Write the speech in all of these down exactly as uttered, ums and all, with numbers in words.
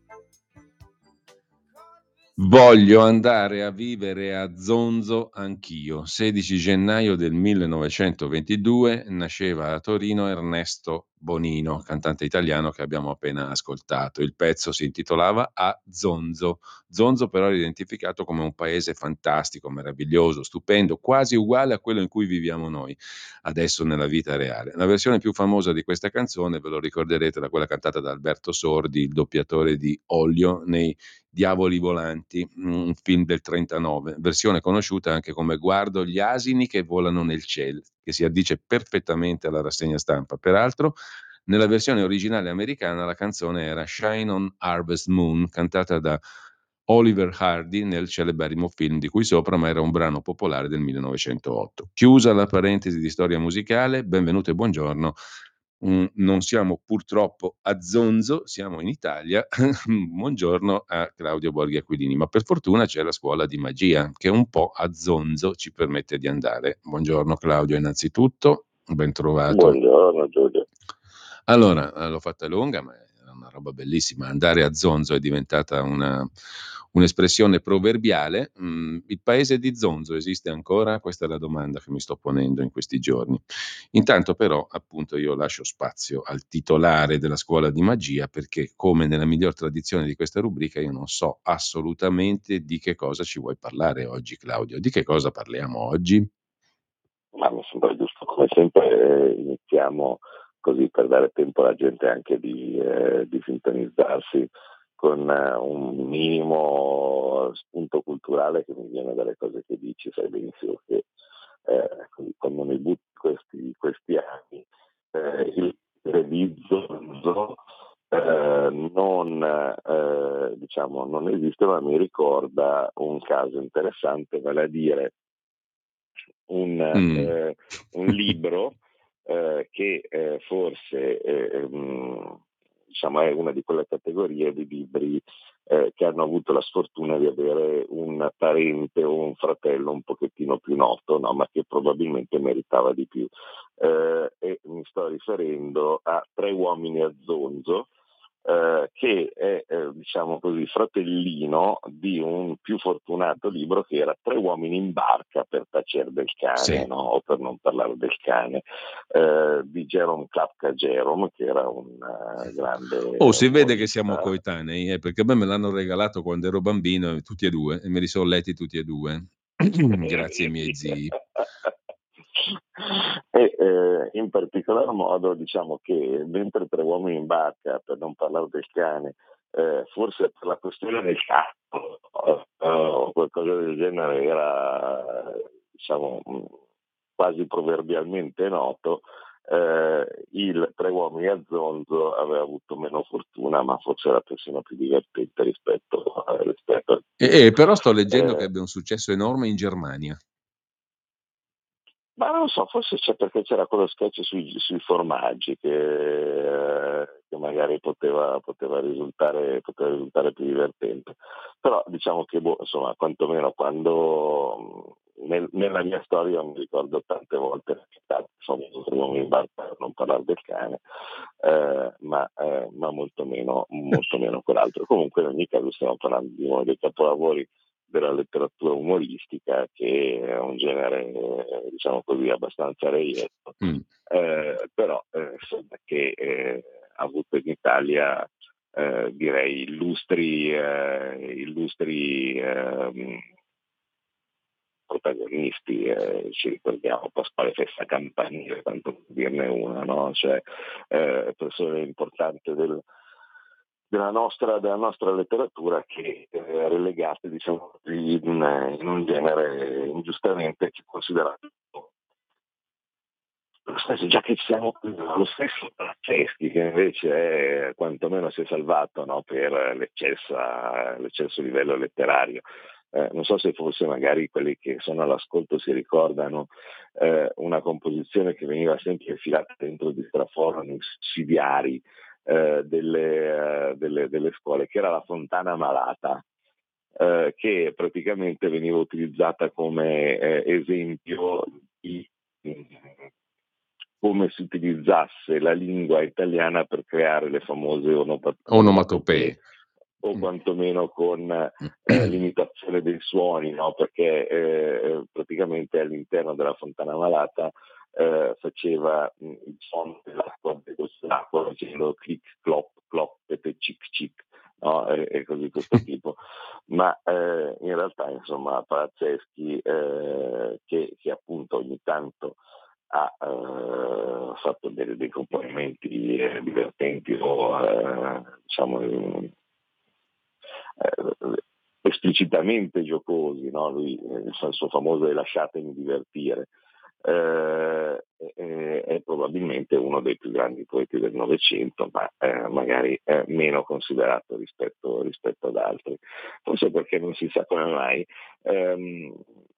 Voglio andare a vivere a Zonzo anch'io. sedici gennaio del millenovecentoventidue nasceva a Torino Ernesto Bonino, cantante italiano che abbiamo appena ascoltato. Il pezzo si intitolava A Zonzo. Zonzo però era identificato come un paese fantastico, meraviglioso, stupendo, quasi uguale a quello in cui viviamo noi adesso nella vita reale. La versione più famosa di questa canzone, ve lo ricorderete, da quella cantata da Alberto Sordi, il doppiatore di Ollio nei Diavoli volanti, un film del trentanove, versione conosciuta anche come Guardo gli asini che volano nel cielo, che si addice perfettamente alla rassegna stampa. Peraltro, nella versione originale americana la canzone era Shine on Harvest Moon, cantata da Oliver Hardy nel celeberrimo film di cui sopra, ma era un brano popolare del millenovecentootto. Chiusa la parentesi di storia musicale, benvenuto e buongiorno. Mm, non siamo purtroppo a Zonzo, siamo in Italia. Buongiorno a Claudio Borghi Aquilini, ma per fortuna c'è la scuola di magia che un po' a Zonzo ci permette di andare. Buongiorno Claudio, innanzitutto, ben trovato. Buongiorno Giulio. Allora, eh, l'ho fatta lunga, ma era una roba bellissima. Andare a Zonzo è diventata una, un'espressione proverbiale. Mm, il paese di Zonzo esiste ancora? Questa è la domanda che mi sto ponendo in questi giorni. Intanto però, appunto, io lascio spazio al titolare della scuola di magia perché, come nella miglior tradizione di questa rubrica, io non so assolutamente di che cosa ci vuoi parlare oggi, Claudio. Di che cosa parliamo oggi? Ma mi sembra giusto, come sempre eh, iniziamo così per dare tempo alla gente anche di, eh, di sintonizzarsi con eh, un minimo spunto culturale che mi viene dalle cose che dici. Sai benissimo che eh, così, quando mi butti questi, questi anni, eh, il realizzo eh, non, eh, diciamo, non esiste, ma mi ricorda un caso interessante, vale a dire un, Mm. eh, un libro eh, che eh, forse eh, mh, diciamo è una di quelle categorie di libri eh, che hanno avuto la sfortuna di avere un parente o un fratello un pochettino più noto, no? Ma che probabilmente meritava di più. Eh, e mi sto riferendo a Tre uomini a Zonzo, eh, che è, eh, diciamo così, fratellino di un più fortunato libro che era Tre uomini in barca per tacere del cane, Sì. no? O per non parlare del cane, eh, di Jerome Klapka Jerome, che era un uh, grande Oh, si vede che siamo umorista. coetanei, eh, perché a me me l'hanno regalato quando ero bambino, e tutti e due, e me li sono letti tutti e due. Grazie ai miei zii. E eh, in particolar modo diciamo che mentre Tre uomini in barca, per non parlare del cane, eh, forse per la questione del capo eh, o qualcosa del genere era diciamo mh, quasi proverbialmente noto, eh, il Tre uomini a Zonzo aveva avuto meno fortuna, ma forse era persino più divertente rispetto, eh, rispetto al E, primo. e però sto leggendo che Eh, abbia un successo enorme in Germania. Ma non so, forse c'è perché c'era quello sketch sui, sui formaggi che, eh, che magari poteva, poteva, risultare, poteva risultare più divertente. Però diciamo che, boh, insomma, quantomeno quando mh, nel- nella mia storia mi ricordo tante volte che insomma, potremmo in barca per non parlare del cane, eh, ma, eh, ma molto meno, molto meno quell'altro. Comunque in ogni caso stiamo parlando di uno dei capolavori della letteratura umoristica, che è un genere, eh, diciamo così, abbastanza reietto, Mm. eh, però eh, insomma, che eh, ha avuto in Italia eh, direi illustri, eh, illustri ehm, protagonisti, eh, ci ricordiamo Pasquale Festa Campanile, tanto per dirne una, no? Cioè, eh, persone importanti del, della nostra, della nostra letteratura che eh, relegate diciamo così, in, in un genere ingiustamente considerato lo stesso, già che siamo lo stesso Franceschi, che invece è, quantomeno si è salvato, no, per l'eccesso, l'eccesso livello letterario. Eh, non so se forse magari quelli che sono all'ascolto si ricordano eh, una composizione che veniva sempre infilata dentro di straforo sussidiari eh, delle, eh, delle, delle scuole, che era la Fontana Malata, eh, che praticamente veniva utilizzata come eh, esempio di come si utilizzasse la lingua italiana per creare le famose onopa- Onomatopee. onomatopee. o Mm. quantomeno con eh, l'imitazione dei suoni, no? Perché eh, praticamente all'interno della fontana malata eh, faceva mh, il suono dell'acqua, dell'acqua facendo clic, clop, clop, e cic, cic, no? E, e così questo tipo. Ma eh, in realtà insomma Pazzeschi eh, che, che appunto ogni tanto ha eh, fatto dei, dei componimenti eh, divertenti o eh, diciamo eh, esplicitamente giocosi, no? Lui, eh, il suo famoso "e lasciatemi divertire", eh, è, è probabilmente uno dei più grandi poeti del Novecento, ma eh, magari eh, meno considerato rispetto, rispetto ad altri, forse perché non si sa come mai. Ehm,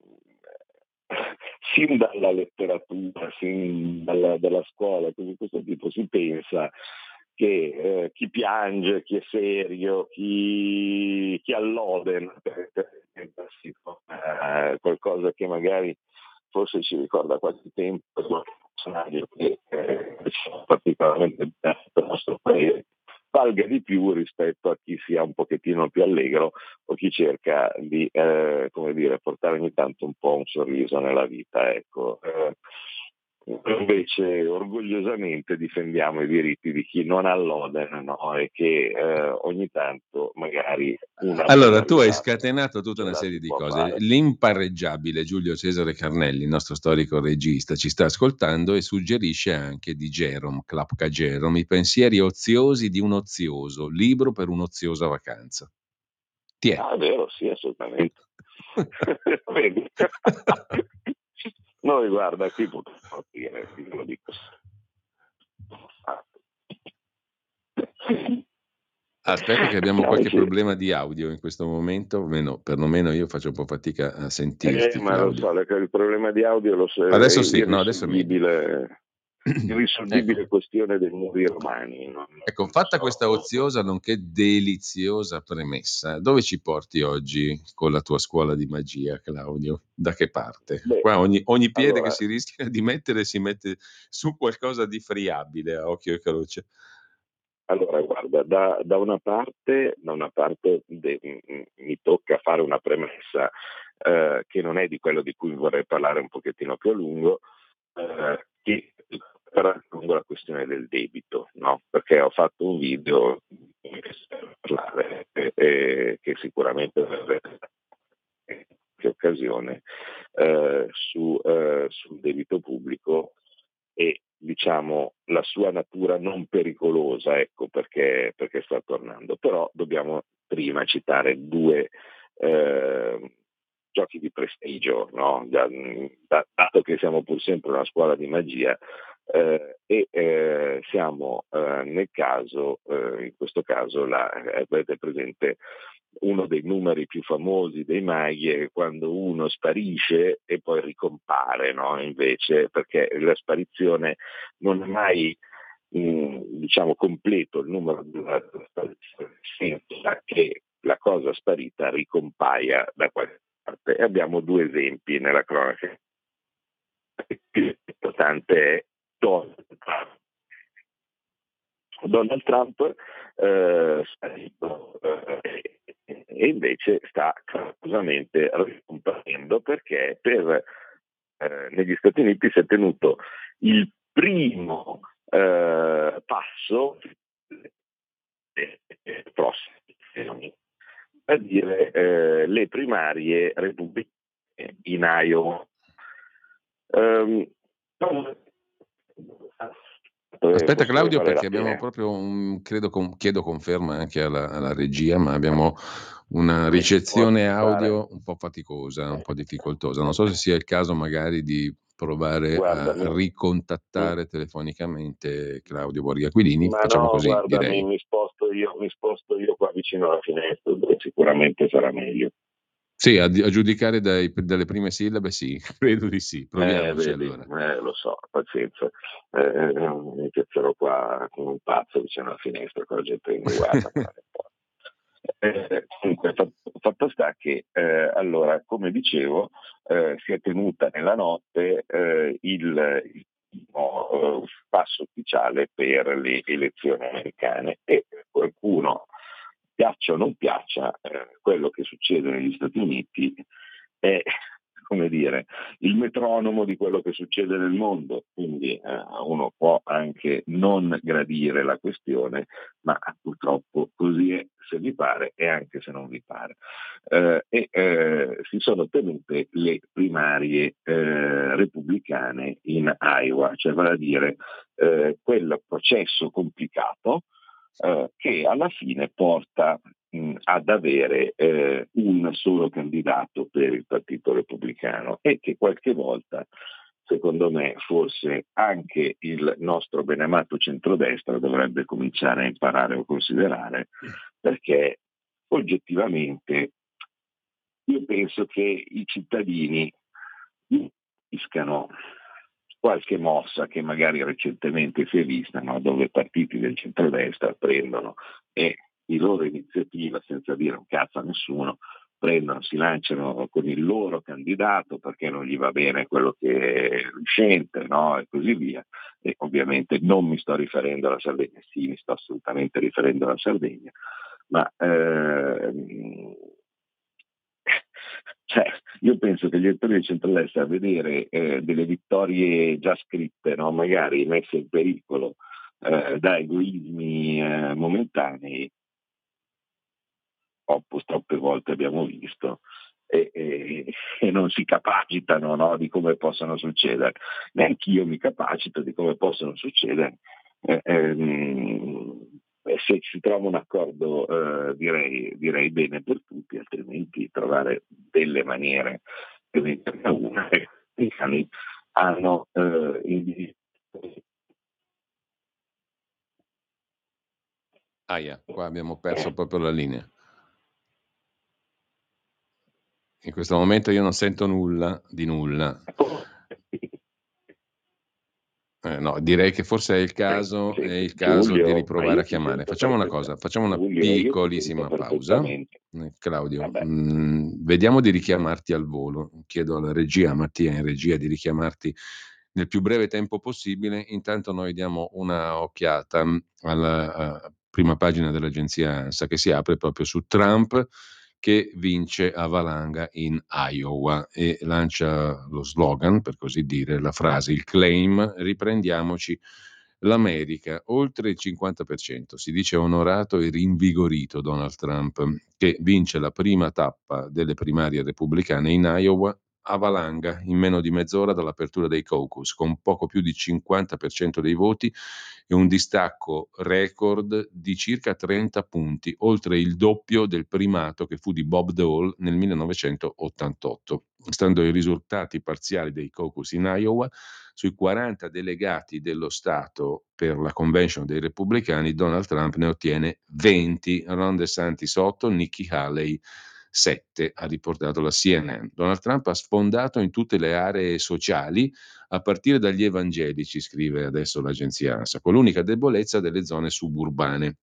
sin dalla letteratura, sin dalla, dalla scuola, così questo tipo, si pensa che eh, chi piange, chi è serio, chi, chi allode per, per, eh, qualcosa che magari forse ci ricorda qualche tempo, qualche personaggio che eh, è particolarmente per il nostro paese, valga di più rispetto a chi sia un pochettino più allegro o chi cerca di eh, come dire, portare ogni tanto un po' un sorriso nella vita. Ecco. Eh, invece orgogliosamente difendiamo i diritti di chi non allode, no? E che eh, ogni tanto magari una Allora, bella tu hai risata scatenato tutta ce una la serie si di può cose. fare. L'impareggiabile Giulio Cesare Carnelli, il nostro storico regista, ci sta ascoltando e suggerisce anche di Jerome, Klapka Jerome, I pensieri oziosi di un ozioso, libro per un'oziosa vacanza. Ti è? Ah, è vero, sì, assolutamente. Vedi? Noi guarda, qui potremmo dire, ti lo dico. Aspetta che abbiamo qualche Diciamoci, problema di audio in questo momento, meno, perlomeno io faccio un po' fatica a eh, sentirti, ma lo Claudio. so, il problema di audio lo so, è Adesso sì, no, adesso è meglio. irrisolvibile, Ecco. irrisolvibile questione dei muri romani. Non, Ecco, non fatta questa so. oziosa nonché deliziosa premessa, dove ci porti oggi con la tua scuola di magia, Claudio? Da che parte? Beh, Qua ogni, ogni piede che allora, si rischia di mettere si mette su qualcosa di friabile a occhio e croce. allora guarda, da, da una parte, da una parte de, m- mi tocca fare una premessa eh, che non è di quello di cui vorrei parlare un pochettino più a lungo, eh, che però lungo la questione del debito, no? Perché ho fatto un video che serve a parlare e, e che sicuramente avrete che occasione eh, su, eh, sul debito pubblico e diciamo la sua natura non pericolosa, ecco perché, perché sta tornando. Però dobbiamo prima citare due eh, giochi di prestigio, no? Da- da- dato che siamo pur sempre una scuola di magia eh, e eh, siamo eh, nel caso, eh, in questo caso la, eh, avete presente uno dei numeri più famosi dei maghi è quando uno sparisce e poi ricompare, no? Invece, perché la sparizione non è mai mh, diciamo completo il numero della, della sparizione, senza che la cosa sparita ricompaia da qualche parte. E abbiamo due esempi nella cronaca. Il più importante è Donald Trump. Donald Trump eh, sparito, eh, e invece sta clamorosamente ricomparendo perché per, eh, negli Stati Uniti si è tenuto il primo eh, passo eh, eh, prossimo, a dire eh, le primarie repubblicane in Iowa. Um, Aspetta forse Claudio vale la perché abbiamo pena. proprio un, credo, con- chiedo conferma anche alla, alla regia, ma abbiamo una Mi devo ricezione aspettare. audio un po' faticosa, un po' difficoltosa. Non so se sia il caso magari di provare Guarda, a mi, mi- ricontattare telefonicamente Claudio Borghiaquilini. ma Facciamo no, così, guarda, mi, direi. mi sposto io, mi sposto io qua vicino alla finestra, dove sicuramente sarà meglio. Sì, a, a giudicare dai- dalle prime sillabe, sì, credo di sì. Eh, Proviamoci vedi, allora. eh, lo so, pazienza. Eh, eh, mi piacerò qua come un pazzo vicino alla finestra con la gente che mi guarda. Ma non importa. Eh, comunque, fatto, fatto sta che, eh, allora, come dicevo, eh, si è tenuta nella notte eh, il, il primo, eh, passo ufficiale per le elezioni americane e qualcuno piaccia o non piaccia, eh, quello che succede negli Stati Uniti è, come dire, il metronomo di quello che succede nel mondo, quindi eh, uno può anche non gradire la questione, ma purtroppo così è, se vi pare e anche se non vi pare. Eh, e eh, si sono tenute le primarie eh, repubblicane in Iowa, cioè vale a dire eh, quel processo complicato eh, che alla fine porta mh, ad avere eh, un solo candidato per il Partito Repubblicano e che qualche volta, secondo me, forse anche il nostro beneamato centrodestra dovrebbe cominciare a imparare a considerare, perché oggettivamente io penso che i cittadini capiscano qualche mossa che magari recentemente si è vista, no? Dove partiti del centrodestra prendono e di loro iniziativa, senza dire un cazzo a nessuno, prendono, si lanciano con il loro candidato perché non gli va bene quello che è uscente, no? E così via. E ovviamente non mi sto riferendo alla Sardegna, sì, mi sto assolutamente riferendo alla Sardegna, ma ehm, cioè, io penso che gli elettori del centrodestra a vedere eh, delle vittorie già scritte, no? Magari messe in pericolo eh, da egoismi eh, momentanei, troppo, troppe volte abbiamo visto, e, e- e non si capacitano, no? Di come possono succedere. Neanche io mi capacito di come possono succedere. Eh, ehm, e se si trova un accordo eh, direi, direi bene per tutti, altrimenti trovare delle maniere che vengano a una e gli americani hanno eh, individuato. Aia, qua abbiamo perso proprio la linea. In questo momento io non sento nulla di nulla. Eh, no, direi che forse è il caso, è il caso di Giulio, ma riprovare io a ti chiamare. sento Facciamo una perfettamente. cosa, facciamo una Giulio, io ti sento piccolissima pausa. perfettamente. Eh, Claudio, Vabbè. mh, vediamo di richiamarti al volo. Chiedo alla regia, a Mattia in regia, di richiamarti nel più breve tempo possibile. Intanto noi diamo una occhiata alla eh, prima pagina dell'agenzia ANSA che si apre proprio su Trump che vince a valanga in Iowa e lancia lo slogan, per così dire, la frase, il claim, riprendiamoci l'America. Oltre il cinquanta per cento si dice onorato e rinvigorito Donald Trump, che vince la prima tappa delle primarie repubblicane in Iowa a valanga in meno di mezz'ora dall'apertura dei caucus, con poco più di cinquanta per cento dei voti e un distacco record di circa trenta punti, oltre il doppio del primato che fu di Bob Dole nel millenovecentottantotto. Stando ai risultati parziali dei caucus in Iowa, sui quaranta delegati dello Stato per la convention dei repubblicani, Donald Trump ne ottiene venti, Ron DeSantis otto, Nikki Haley sette, ha riportato la C N N. Donald Trump ha sfondato in tutte le aree sociali, a partire dagli evangelici, scrive adesso l'agenzia ANSA, con l'unica debolezza delle zone suburbane.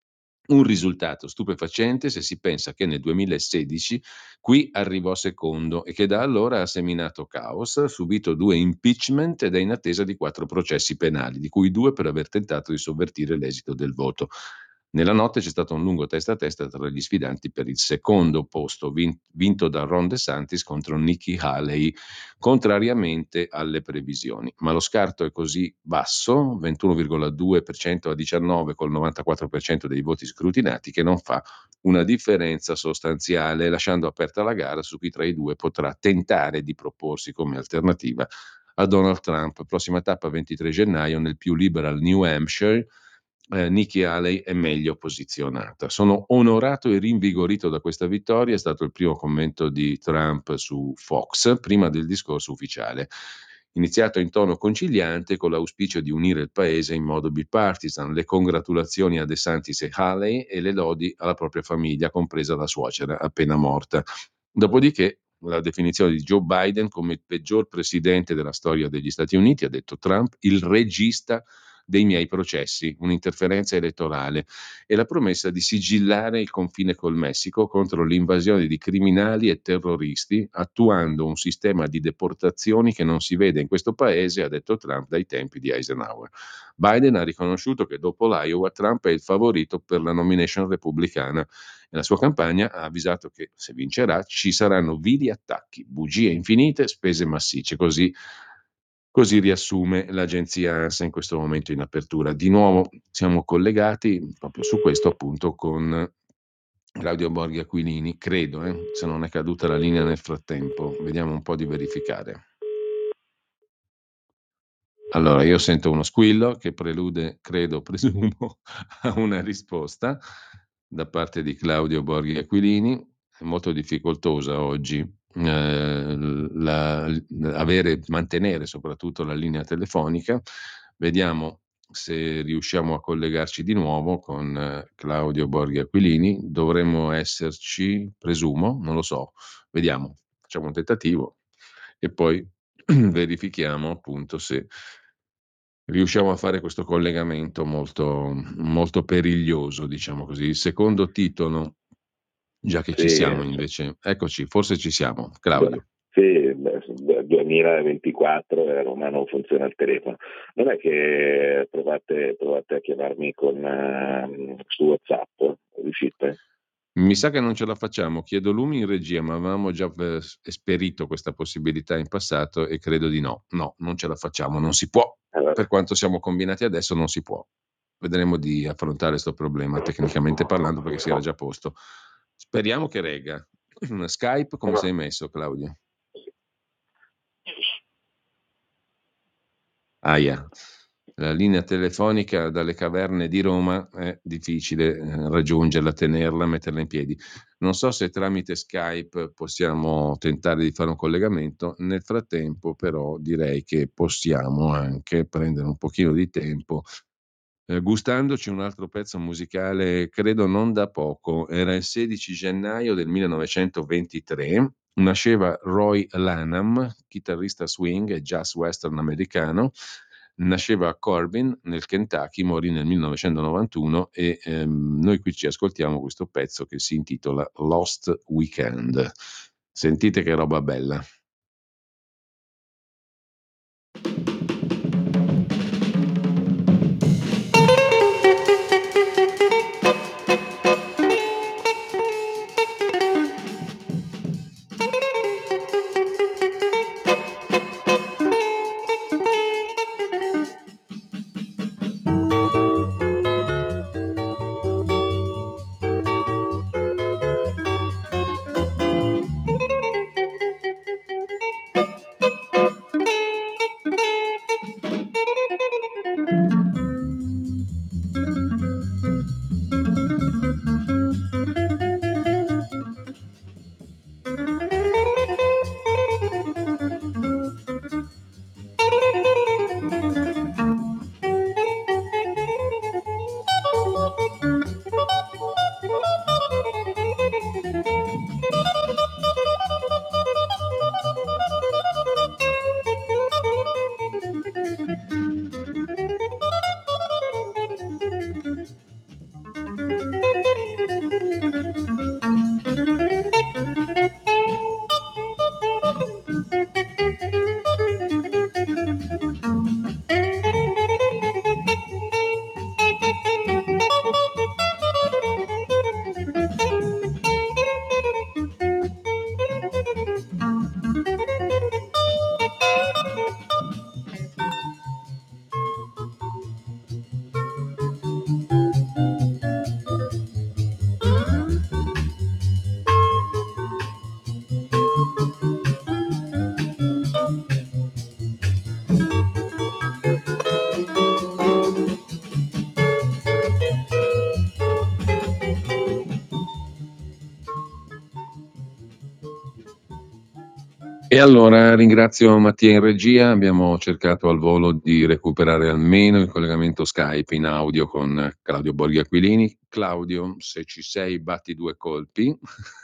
Un risultato stupefacente se si pensa che nel duemilasedici qui arrivò secondo e che da allora ha seminato caos, ha subito due impeachment ed è in attesa di quattro processi penali, di cui due per aver tentato di sovvertire l'esito del voto. Nella notte c'è stato un lungo testa a testa tra gli sfidanti per il secondo posto, vin- vinto da Ron DeSantis contro Nikki Haley, contrariamente alle previsioni. Ma lo scarto è così basso, ventuno virgola due per cento a diciannove col novantaquattro per cento dei voti scrutinati, che non fa una differenza sostanziale, lasciando aperta la gara su chi tra i due potrà tentare di proporsi come alternativa a Donald Trump. Prossima tappa ventitré gennaio nel più liberal New Hampshire. Eh, Nikki Haley è meglio posizionata. Sono onorato e rinvigorito da questa vittoria, è stato il primo commento di Trump su Fox prima del discorso ufficiale, iniziato in tono conciliante con l'auspicio di unire il paese in modo bipartisan, le congratulazioni a DeSantis e Haley e le lodi alla propria famiglia, compresa la suocera appena morta. Dopodiché la definizione di Joe Biden come il peggior presidente della storia degli Stati Uniti, ha detto Trump, il regista dei miei processi, un'interferenza elettorale e la promessa di sigillare il confine col Messico contro l'invasione di criminali e terroristi, attuando un sistema di deportazioni che non si vede in questo paese, ha detto Trump, dai tempi di Eisenhower. Biden ha riconosciuto che dopo l'Iowa Trump è il favorito per la nomination repubblicana. Nella sua campagna ha avvisato che se vincerà ci saranno vili attacchi, bugie infinite, spese massicce. Così, così riassume l'agenzia ANSA in questo momento in apertura. Di nuovo siamo collegati proprio su questo appunto con Claudio Borghi Aquilini, credo, eh, se non è caduta la linea nel frattempo. Vediamo un po' di verificare. Allora, io sento uno squillo che prelude, credo, presumo, a una risposta da parte di Claudio Borghi Aquilini. È molto difficoltosa oggi eh, la, avere, mantenere soprattutto la linea telefonica. Vediamo se riusciamo a collegarci di nuovo con eh, Claudio Borghi Aquilini. Dovremmo esserci, presumo, non lo so. Vediamo, facciamo un tentativo e poi verifichiamo appunto se riusciamo a fare questo collegamento molto, molto periglioso, diciamo così. Il secondo titolo, già che ci Sì, siamo invece, eccoci, forse ci siamo, beh, Claudio. sì, beh, duemilaventiquattro e a Roma non funziona il telefono. Non è che provate, provate a chiamarmi con, eh, su WhatsApp, riuscite? Mi sa che non ce la facciamo, chiedo lumi in regia, ma avevamo già eh, esperito questa possibilità in passato e credo di no. No, non ce la facciamo, non si può. Allora, Per quanto siamo combinati adesso, non si può. Vedremo di affrontare questo problema tecnicamente parlando perché si era già posto. Speriamo che regga. Skype, come sei messo, Claudio? Aia. La linea telefonica dalle caverne di Roma è difficile eh, raggiungerla, tenerla, metterla in piedi. Non so se tramite Skype possiamo tentare di fare un collegamento. Nel frattempo, però, direi che possiamo anche prendere un pochino di tempo eh, gustandoci un altro pezzo musicale, credo non da poco. Era il sedici gennaio del millenovecentoventitré. Nasceva Roy Lanham, chitarrista swing e jazz western americano. Nasceva a Corbin, nel Kentucky, morì nel millenovecentonovantuno e ehm, noi qui ci ascoltiamo questo pezzo che si intitola Lost Weekend. Sentite che roba bella. E allora ringrazio Mattia in regia, abbiamo cercato al volo di recuperare almeno il collegamento Skype in audio con Claudio Borghi Aquilini. Claudio, se ci sei, batti due colpi.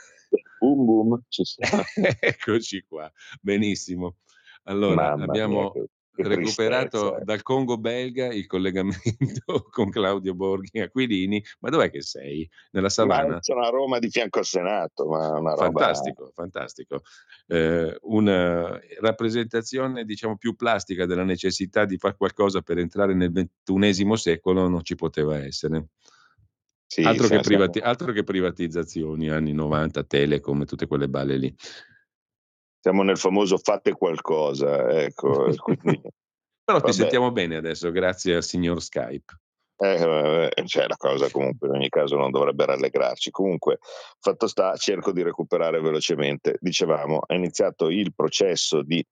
boom boom, ci sta. Eccoci qua, benissimo. Allora, Mamma mia, abbiamo che Che recuperato tristezza. dal Congo belga il collegamento con Claudio Borghi Aquilini. Ma dov'è che sei? Nella Ma savana? sono a Roma di fianco al Senato, ma una roba. Fantastico, fantastico. Ehm, una rappresentazione, diciamo, più plastica della necessità di far qualcosa per entrare nel ventunesimo secolo non ci poteva essere. Sì, Altro che sia privati siamo altro che privatizzazioni, anni 'novanta, Telecom e tutte quelle balle lì. siamo nel famoso "fate qualcosa", ecco, e quindi Però ti vabbè. sentiamo bene adesso grazie al signor Skype. Eh, vabbè, cioè la cosa comunque in ogni caso non dovrebbe rallegrarci. Comunque, fatto sta, cerco di recuperare velocemente. Dicevamo, è iniziato il processo di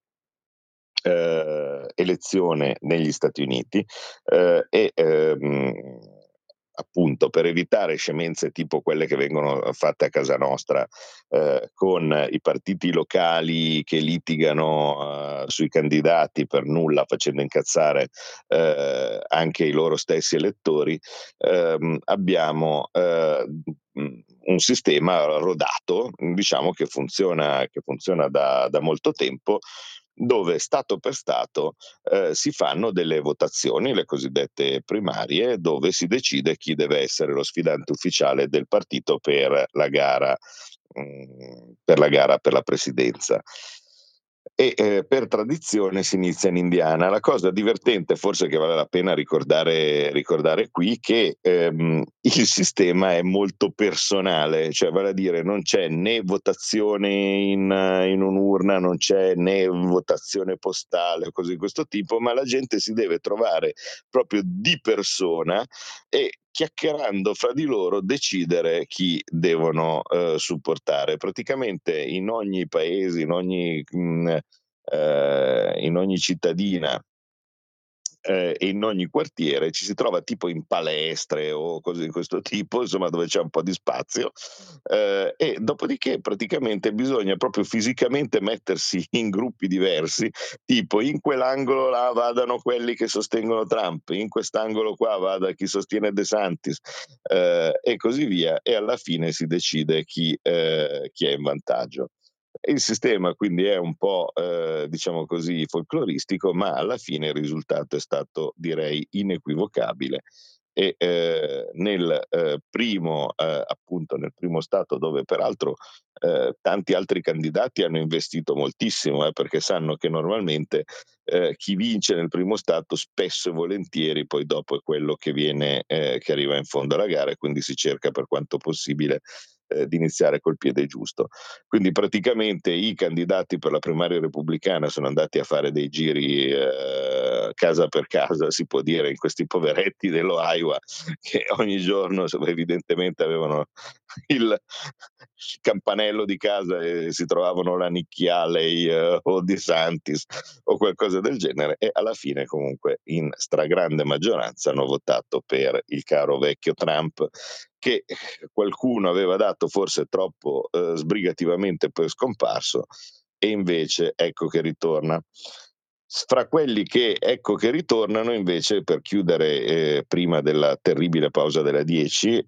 ehm, elezione negli Stati Uniti, ehm, e, ehm, appunto per evitare scemenze tipo quelle che vengono fatte a casa nostra, ehm, con i partiti locali che litigano, uhm, sui candidati per nulla, facendo incazzare, ehm, anche i loro stessi elettori, ehm, abbiamo, ehm, mhmm, un sistema rodato, diciamo che funziona che funziona da da molto tempo, dove Stato per Stato, ehm, si fanno delle votazioni, le cosiddette primarie, dove si decide chi deve essere lo sfidante ufficiale del partito per la gara mhmm, per la gara per la presidenza. E, ehm, per tradizione si inizia in Indiana. La cosa divertente, forse che vale la pena ricordare ricordare qui, che, ehm, il sistema è molto personale, cioè vale a dire non c'è né votazione in in un'urna, non c'è né votazione postale o cose di questo tipo, ma la gente si deve trovare proprio di persona e chiacchierando fra di loro decidere chi devono, uhm, supportare. Praticamente in ogni paese, in ogni mhmm, ehm, in ogni cittadina ehm, e in ogni quartiere ci si trova tipo in palestre o cose di questo tipo, insomma dove c'è un po' di spazio, ehm, e dopodiché praticamente bisogna proprio fisicamente mettersi in gruppi diversi, tipo in quell'angolo là vadano quelli che sostengono Trump, in quest'angolo qua vada chi sostiene De Santis, ehm, e così via, e alla fine si decide chi ehm, chi è in vantaggio. Il sistema quindi è un po', ehm, diciamo così, folcloristico, ma alla fine il risultato è stato, direi, inequivocabile e, ehm, nel, ehm, primo ehm, appunto nel primo stato dove peraltro, ehm, tanti altri candidati hanno investito moltissimo, eh, perché sanno che normalmente, ehm, chi vince nel primo stato spesso e volentieri poi dopo è quello che viene ehm, che arriva in fondo alla gara e quindi si cerca per quanto possibile, ehm, di iniziare col piede giusto. Quindi praticamente i candidati per la primaria repubblicana sono andati a fare dei giri, ehm, casa per casa, si può dire, in questi poveretti dello Iowa che ogni giorno so evidentemente avevano il campanello di casa e si trovavano la Nikki Haley, ehm, o DeSantis o qualcosa del genere e alla fine comunque in stragrande maggioranza hanno votato per il caro vecchio Trump che qualcuno aveva dato forse troppo, ehm, sbrigativamente per scomparso e invece ecco che ritorna. S Fra quelli che ecco che ritornano invece, per chiudere, ehm, prima della terribile pausa delle dieci,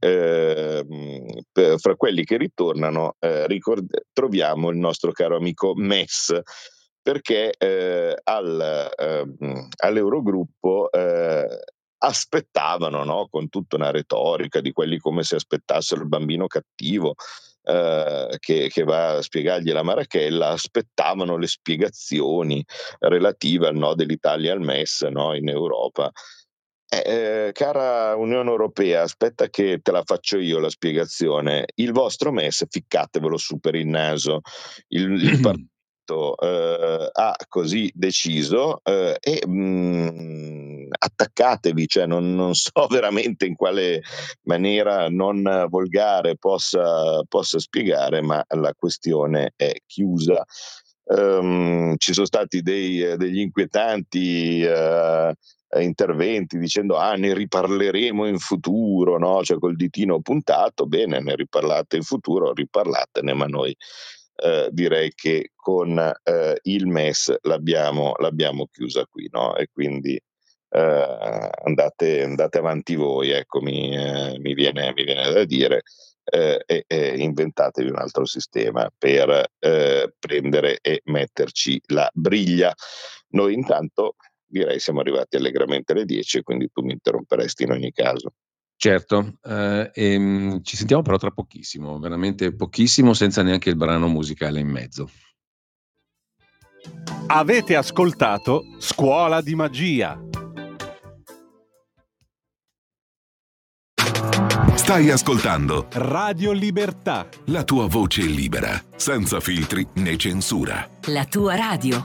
ehm, p fra quelli che ritornano, ehm, ricord troviamo il nostro caro amico Mess, perché, ehm, al ehm, all'Eurogruppo, ehm, aspettavano, no, con tutta una retorica di quelli come se aspettassero il bambino cattivo, ehm, che che va a spiegargli la marachella, aspettavano le spiegazioni relative al no dell'Italia al M E S, no, in Europa. Eh, ehm, cara Unione Europea, aspetta che te la faccio io la spiegazione. Il vostro M E S ficcatevelo su per il naso. Il il partito, ehm, ha così deciso, ehm, e, mhmm, attaccatevi, cioè non non so veramente in quale maniera non volgare possa possa spiegare, ma la questione è chiusa. Ehm, ci son stati dei degli inquietanti, ehm ehm, interventi dicendo: "Ah, ne riparleremo in futuro", no, cioè col ditino puntato. Bene, ne riparlate in futuro, riparlatene, ma noi, ehm, direi che con, ehm, il M E S l'abbiamo l'abbiamo chiusa qui, no, e quindi, ehm, andate andate avanti voi, ecco, mi ehm, mi viene mi viene da dire, ehm, e e inventatevi un altro sistema per, ehm, prendere e metterci la briglia. Noi intanto direi siamo arrivati allegramente alle dieci e quindi tu mi interromperesti in ogni caso. Certo, ehm, ehm, ci sentiamo però tra pochissimo, veramente pochissimo, senza neanche il brano musicale in mezzo. Avete ascoltato Scuola di Magia. Stai ascoltando Radio Libertà. la tua voce libera, senza filtri né censura. La tua radio.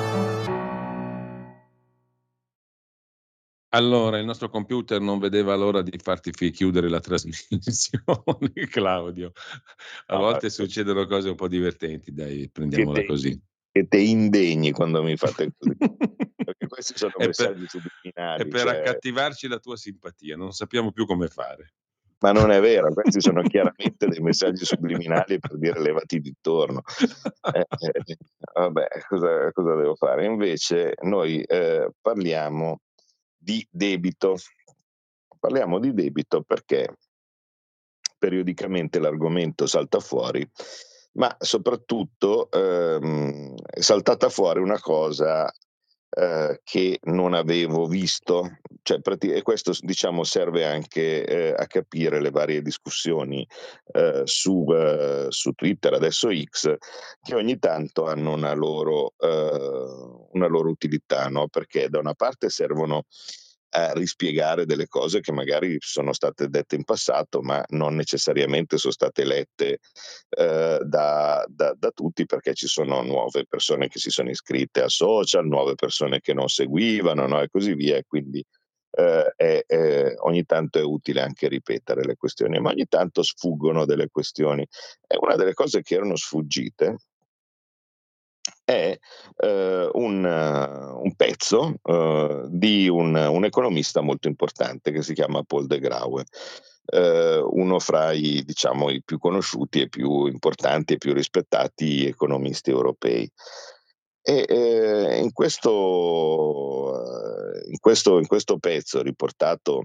Allora, il nostro computer non vedeva l'ora di farti fi chiudere la trasmissione, Claudio. A No, ma volte succedono cose un po' divertenti, dai, prendiamola siete così. siete indegni quando mi fate così, perché questi sono È per messaggi è subliminali, per cioè accattivarci la tua simpatia, non sappiamo più come fare. ma non è vero, questi sono chiaramente dei messaggi subliminali per dire levati di torno. Eh, eh, vabbè, cosa cosa devo fare? Invece noi, ehm, parliamo di debito. Parliamo di debito perché periodicamente l'argomento salta fuori, ma soprattutto, ehm, è saltata fuori una cosa, ehm, che non avevo visto, cioè prati e questo s diciamo serve anche, ehm, a capire le varie discussioni, ehm, su ehm, su Twitter, adesso X, che ogni tanto hanno una loro ehm, una loro utilità, no, perché da una parte servono a rispiegare delle cose che magari sono state dette in passato, ma non necessariamente so state lette, ehm, da da da tutti, perché ci sono nuove persone che si sono iscritte a social, nuove persone che non seguivano, no, e così via, e quindi, ehm, è è ogni tanto è utile anche ripetere le questioni, ma ogni tanto sfuggono delle questioni. E una delle cose che erano sfuggite è, ehm, un un pezzo, uhm, di un un economista molto importante che si chiama Paul de Grauwe, ehm, uno fra i diciamo i più conosciuti e più importanti e più rispettati economisti europei. E, ehm, in questo ehm, in questo in questo pezzo riportato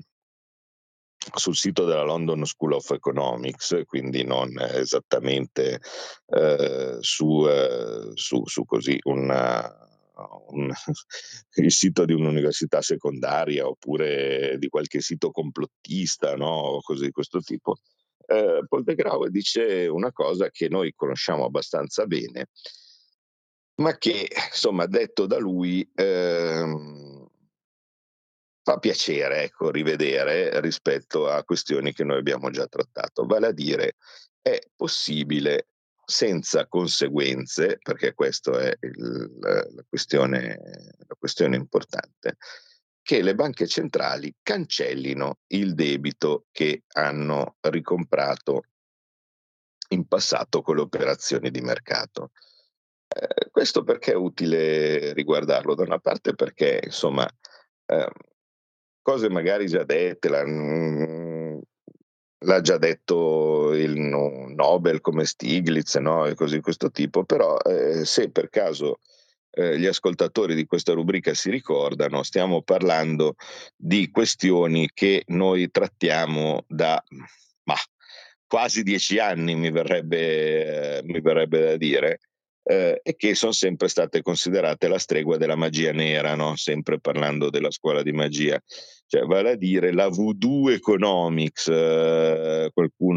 sul sito della London School of Economics, quindi non esattamente, ehm, su ehm, su su così una un il sito di un'università secondaria, oppure di qualche sito complottista, no, o cose di questo tipo. Ehm, Paul de Grauwe dice una cosa che noi conosciamo abbastanza bene, ma che insomma detto da lui, ehm fa piacere, ecco, rivedere rispetto a questioni che noi abbiamo già trattato. Vale a dire, è possibile senza conseguenze, perché questo è il la questione la questione importante, che le banche centrali cancellino il debito che hanno ricomprato in passato con le operazioni di mercato. Ehm, questo perché è utile riguardarlo? Da una parte perché insomma, ehm cose magari già dette, l'ha mhmm, l'ha già detto il no Nobel come Stiglitz, no, e cose di questo tipo, però, ehm, se per caso, ehm, gli ascoltatori di questa rubrica si ricordano, stiamo parlando di questioni che noi trattiamo da, mah, quasi dieci anni mi verrebbe mi verrebbe da dire, ehm, e che son sempre state considerate la stregua della magia nera, no, sempre parlando della scuola di magia. Cioè, vale a dire la voodoo economics, ehm, qualcuno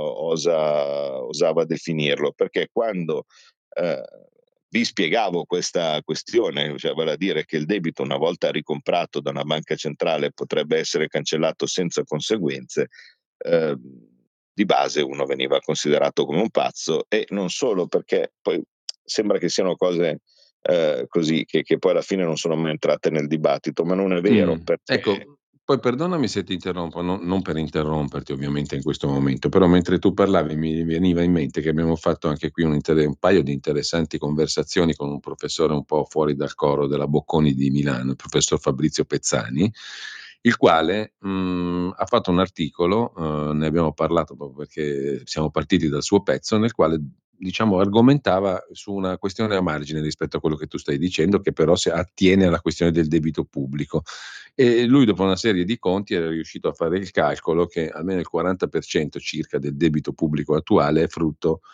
osa osava definirlo, perché quando, ehm, vi spiegavo questa questione, cioè vale a dire che il debito una volta ricomprato da una banca centrale potrebbe essere cancellato senza conseguenze, ehm, di base uno veniva considerato come un pazzo, e non solo perché poi sembra che siano cose, ehm, così che che poi alla fine non sono mai entrate nel dibattito, ma non è Mh. vero perché Ecco, poi perdonami se ti interrompo, non non per interromperti ovviamente in questo momento, però mentre tu parlavi mi veniva in mente che abbiamo fatto anche qui un intere un paio di interessanti conversazioni con un professore un po' fuori dal coro della Bocconi di Milano, il professor Fabrizio Pezzani, il quale, mhmm, ha fatto un articolo, uhm, ne abbiamo parlato proprio perché siamo partiti dal suo pezzo, nel quale diciamo argomentava su una questione a margine rispetto a quello che tu stai dicendo, che però se attiene alla questione del debito pubblico. E lui dopo una serie di conti era riuscito a fare il calcolo che almeno il quaranta per cento circa del debito pubblico attuale è frutto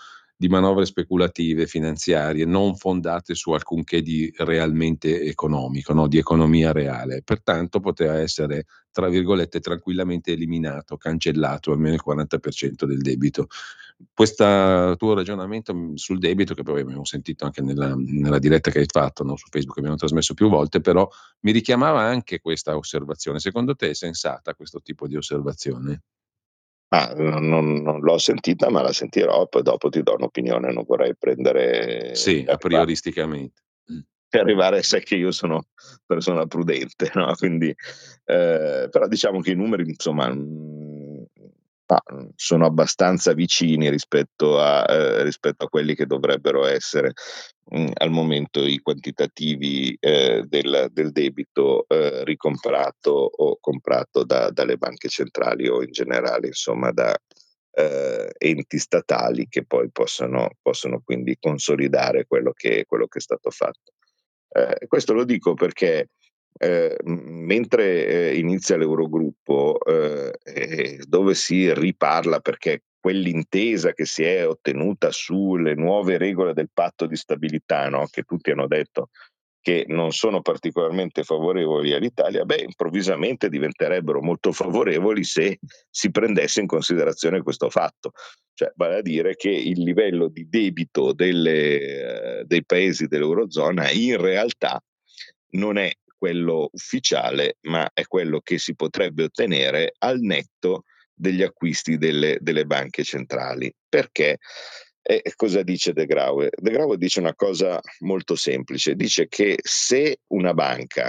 di manovre speculative finanziarie non fondate su alcunché di realmente economico, no? Di economia reale. Pertanto poteva essere, tra virgolette, tranquillamente eliminato, cancellato almeno il quaranta per cento del debito. Questo tuo ragionamento sul debito, che poi abbiamo sentito anche nella, nella diretta che hai fatto, no? Su Facebook, abbiamo trasmesso più volte, però mi richiamava anche questa osservazione. Secondo te è sensata questo tipo di osservazione? Ah, non, non l'ho sentita, ma la sentirò e poi dopo ti do un'opinione. Non vorrei prendere Sì, a prioristicamente. Mm. per arrivare, sai che io sono persona prudente, no? Quindi, eh, però diciamo che i numeri, insomma, mh, ah, sono abbastanza vicini rispetto a, eh, rispetto a quelli che dovrebbero essere mh, al momento i quantitativi eh, del, del debito eh, ricomprato o comprato da, dalle banche centrali o in generale, insomma, da eh, enti statali che poi possono, possono quindi consolidare quello che, quello che è stato fatto. Eh, questo lo dico perché eh, mentre eh, inizia l'Eurogruppo, eh, eh, dove si riparla perché quell'intesa che si è ottenuta sulle nuove regole del patto di stabilità, no? Che tutti hanno detto che non sono particolarmente favorevoli all'Italia, beh, improvvisamente diventerebbero molto favorevoli se si prendesse in considerazione questo fatto. Cioè, vale a dire che il livello di debito delle, eh, dei paesi dell'Eurozona in realtà non è quello ufficiale, ma è quello che si potrebbe ottenere al netto degli acquisti delle, delle banche centrali. Perché? E cosa dice De Grauwe? De Grauwe dice una cosa molto semplice, dice che se una banca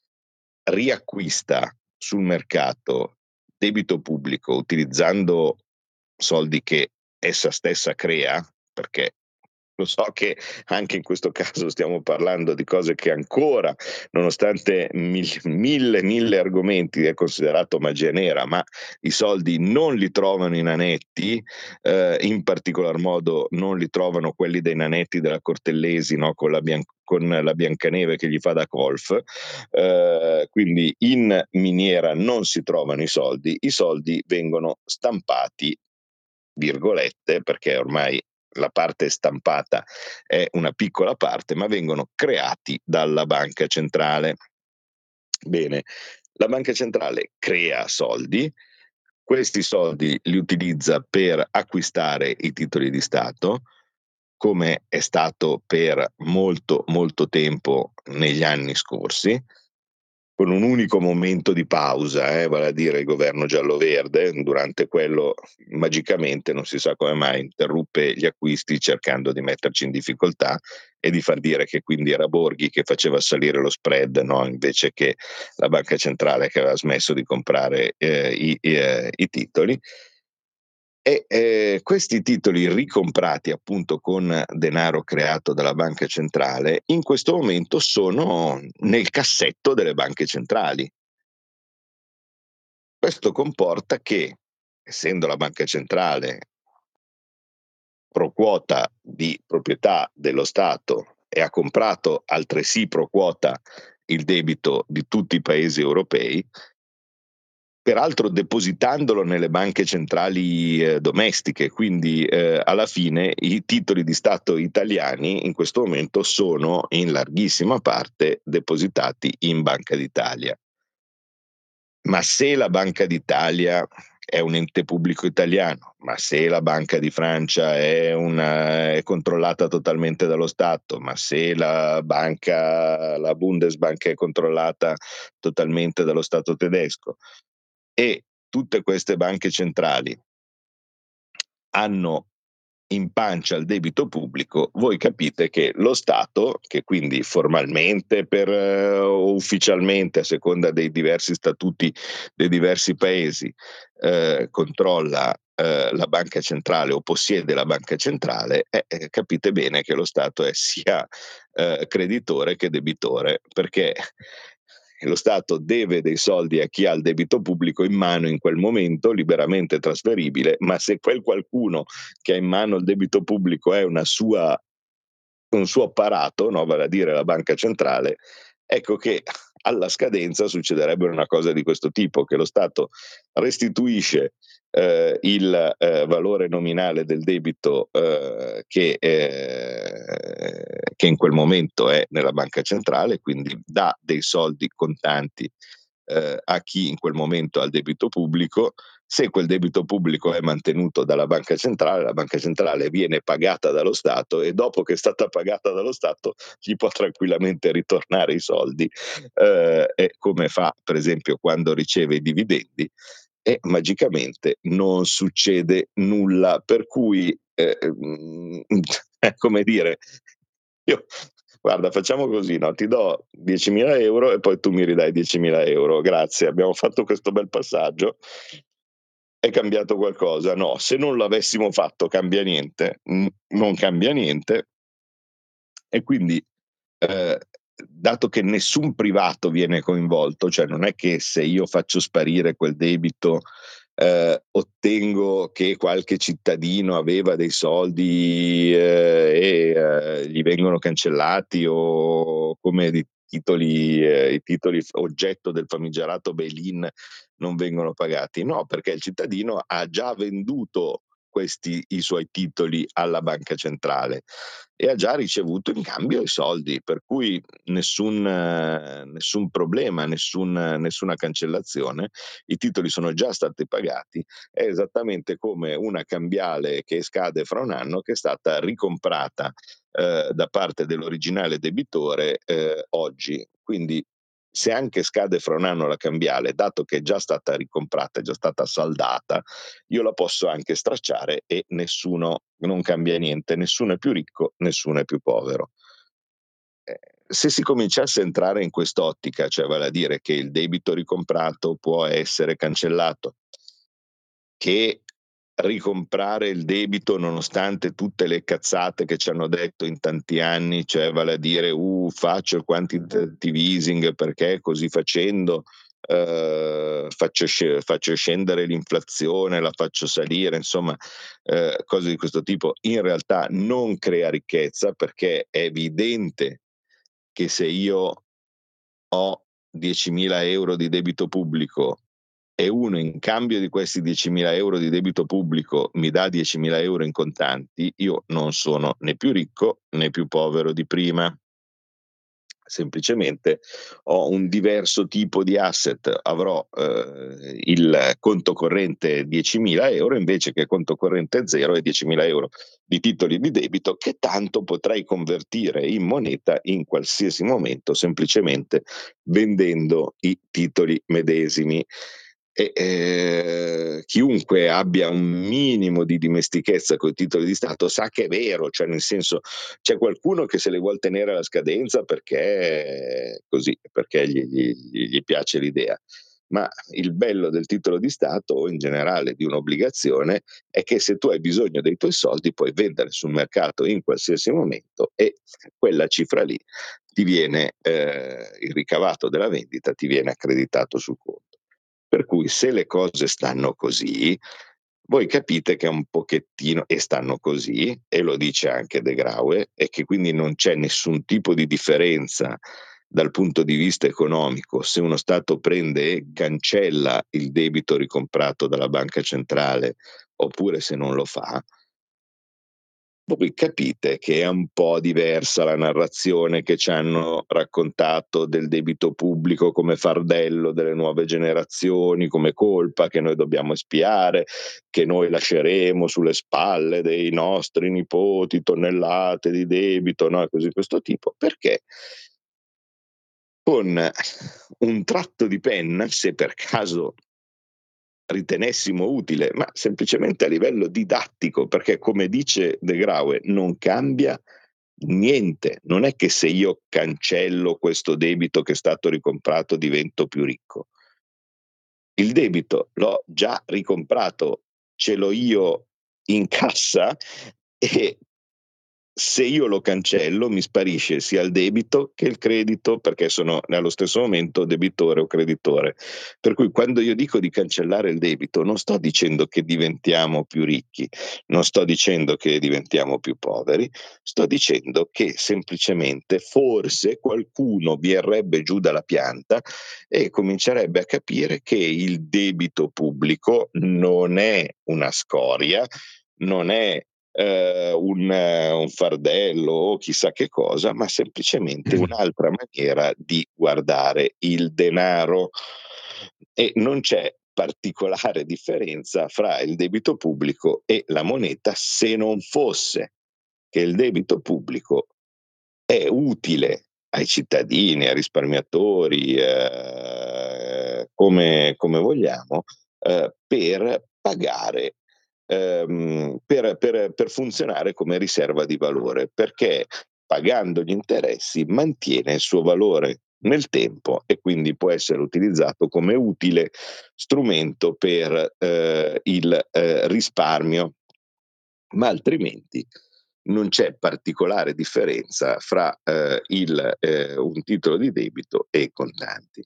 riacquista sul mercato debito pubblico utilizzando soldi che essa stessa crea, perché lo so che anche in questo caso stiamo parlando di cose che ancora, nonostante mille, mille, mille argomenti, è considerato magia nera, ma i soldi non li trovano i nanetti, eh, in particolar modo non li trovano quelli dei nanetti della Cortellesi, no? con, la Bian- con la Biancaneve che gli fa da golf, eh, quindi in miniera non si trovano i soldi, i soldi vengono stampati, virgolette, perché ormai la parte stampata è una piccola parte, ma vengono creati dalla banca centrale. Bene, la banca centrale crea soldi, questi soldi li utilizza per acquistare i titoli di Stato, come è stato per molto, molto tempo negli anni scorsi, con un unico momento di pausa, eh, vale a dire il governo giallo-verde, durante quello magicamente, non si sa come mai, interruppe gli acquisti cercando di metterci in difficoltà e di far dire che quindi era Borghi che faceva salire lo spread, no? Invece che la banca centrale che aveva smesso di comprare eh, i, i, eh, i titoli. E eh, questi titoli ricomprati appunto con denaro creato dalla banca centrale in questo momento sono nel cassetto delle banche centrali. Questo comporta che, essendo la banca centrale pro quota di proprietà dello Stato e ha comprato altresì pro quota il debito di tutti i paesi europei, peraltro depositandolo nelle banche centrali eh, domestiche, quindi eh, alla fine i titoli di Stato italiani in questo momento sono in larghissima parte depositati in Banca d'Italia. Ma se la Banca d'Italia è un ente pubblico italiano, ma se la Banca di Francia è, una, è controllata totalmente dallo Stato, ma se la banca, la Bundesbank è controllata totalmente dallo Stato tedesco, e tutte queste banche centrali hanno in pancia il debito pubblico, voi capite che lo Stato, che quindi formalmente per, eh, o ufficialmente a seconda dei diversi statuti dei diversi paesi eh, controlla eh, la banca centrale o possiede la banca centrale, eh, eh, capite bene che lo Stato è sia eh, creditore che debitore, perché lo Stato deve dei soldi a chi ha il debito pubblico in mano in quel momento, liberamente trasferibile, ma se quel qualcuno che ha in mano il debito pubblico è una sua, un suo apparato, no, vale a dire la banca centrale, ecco che alla scadenza succederebbe una cosa di questo tipo, che lo Stato restituisce eh, il eh, valore nominale del debito eh, che, eh, che in quel momento è nella banca centrale, quindi dà dei soldi contanti eh, a chi in quel momento ha il debito pubblico. Se quel debito pubblico è mantenuto dalla banca centrale, la banca centrale viene pagata dallo Stato e dopo che è stata pagata dallo Stato gli può tranquillamente ritornare i soldi, eh, e come fa per esempio quando riceve i dividendi, e magicamente non succede nulla, per cui eh, mm, è come dire, io guarda, facciamo così, no? Ti do diecimila euro e poi tu mi ridai diecimila euro. Grazie, abbiamo fatto questo bel passaggio. È cambiato qualcosa? No, se non l'avessimo fatto cambia niente? Mm, non cambia niente. E quindi, eh, dato che nessun privato viene coinvolto, cioè non è che se io faccio sparire quel debito eh, ottengo che qualche cittadino aveva dei soldi eh, e eh, gli vengono cancellati, o come i titoli, eh, i titoli oggetto del famigerato bail-in non vengono pagati. No, perché il cittadino ha già venduto questi i suoi titoli alla banca centrale e ha già ricevuto in cambio i soldi, per cui nessun, eh, nessun problema, nessun, nessuna cancellazione. I titoli sono già stati pagati. È esattamente come una cambiale che scade fra un anno, che è stata ricomprata eh, da parte dell'originale debitore eh, oggi. Quindi se anche scade fra un anno la cambiale, dato che è già stata ricomprata, è già stata saldata, io la posso anche stracciare e nessuno, non cambia niente, nessuno è più ricco, nessuno è più povero. Eh, se si cominciasse a entrare in quest'ottica, cioè vale a dire che il debito ricomprato può essere cancellato, che ricomprare il debito nonostante tutte le cazzate che ci hanno detto in tanti anni, cioè vale a dire uh, faccio il quantitative easing perché così facendo eh, faccio, sc- faccio scendere l'inflazione, la faccio salire, insomma eh, cose di questo tipo, in realtà non crea ricchezza, perché è evidente che se io ho diecimila euro di debito pubblico e uno in cambio di questi diecimila euro di debito pubblico mi dà diecimila euro in contanti, io non sono né più ricco né più povero di prima. Semplicemente ho un diverso tipo di asset, avrò eh, il conto corrente diecimila euro invece che conto corrente zero e diecimila euro di titoli di debito che tanto potrei convertire in moneta in qualsiasi momento, semplicemente vendendo i titoli medesimi. E eh, chiunque abbia un minimo di dimestichezza con i titoli di Stato sa che è vero, cioè nel senso, c'è qualcuno che se le vuol tenere alla scadenza perché così, perché gli, gli, gli piace l'idea. Ma il bello del titolo di Stato, o in generale di un'obbligazione, è che se tu hai bisogno dei tuoi soldi puoi vendere sul mercato in qualsiasi momento e quella cifra lì ti viene, eh, il ricavato della vendita ti viene accreditato sul conto. Per cui se le cose stanno così, voi capite che è un pochettino, e stanno così, e lo dice anche De Graue, e che quindi non c'è nessun tipo di differenza dal punto di vista economico se uno Stato prende e cancella il debito ricomprato dalla banca centrale oppure se non lo fa. Voi capite che è un po' diversa la narrazione che ci hanno raccontato del debito pubblico come fardello delle nuove generazioni, come colpa che noi dobbiamo espiare, che noi lasceremo sulle spalle dei nostri nipoti tonnellate di debito, no? E così di questo tipo, perché con un tratto di penna, se per caso ritenessimo utile, ma semplicemente a livello didattico, perché come dice De Graue non cambia niente, non è che se io cancello questo debito che è stato ricomprato divento più ricco. Il debito l'ho già ricomprato, ce l'ho io in cassa e se io lo cancello mi sparisce sia il debito che il credito, perché sono allo stesso momento debitore o creditore. Per cui quando io dico di cancellare il debito non sto dicendo che diventiamo più ricchi, non sto dicendo che diventiamo più poveri, sto dicendo che semplicemente forse qualcuno verrebbe giù dalla pianta e comincerebbe a capire che il debito pubblico non è una scoria, non è eh, un, eh, un fardello o chissà che cosa, ma semplicemente un'altra maniera di guardare il denaro. E non c'è particolare differenza fra il debito pubblico e la moneta, se non fosse che il debito pubblico è utile ai cittadini, ai risparmiatori, eh, come, come vogliamo, eh, per pagare, ehm, per, per, per funzionare come riserva di valore, perché pagando gli interessi mantiene il suo valore nel tempo e quindi può essere utilizzato come utile strumento per eh, il eh, risparmio, ma altrimenti non c'è particolare differenza fra eh, il, eh, un titolo di debito e i contanti.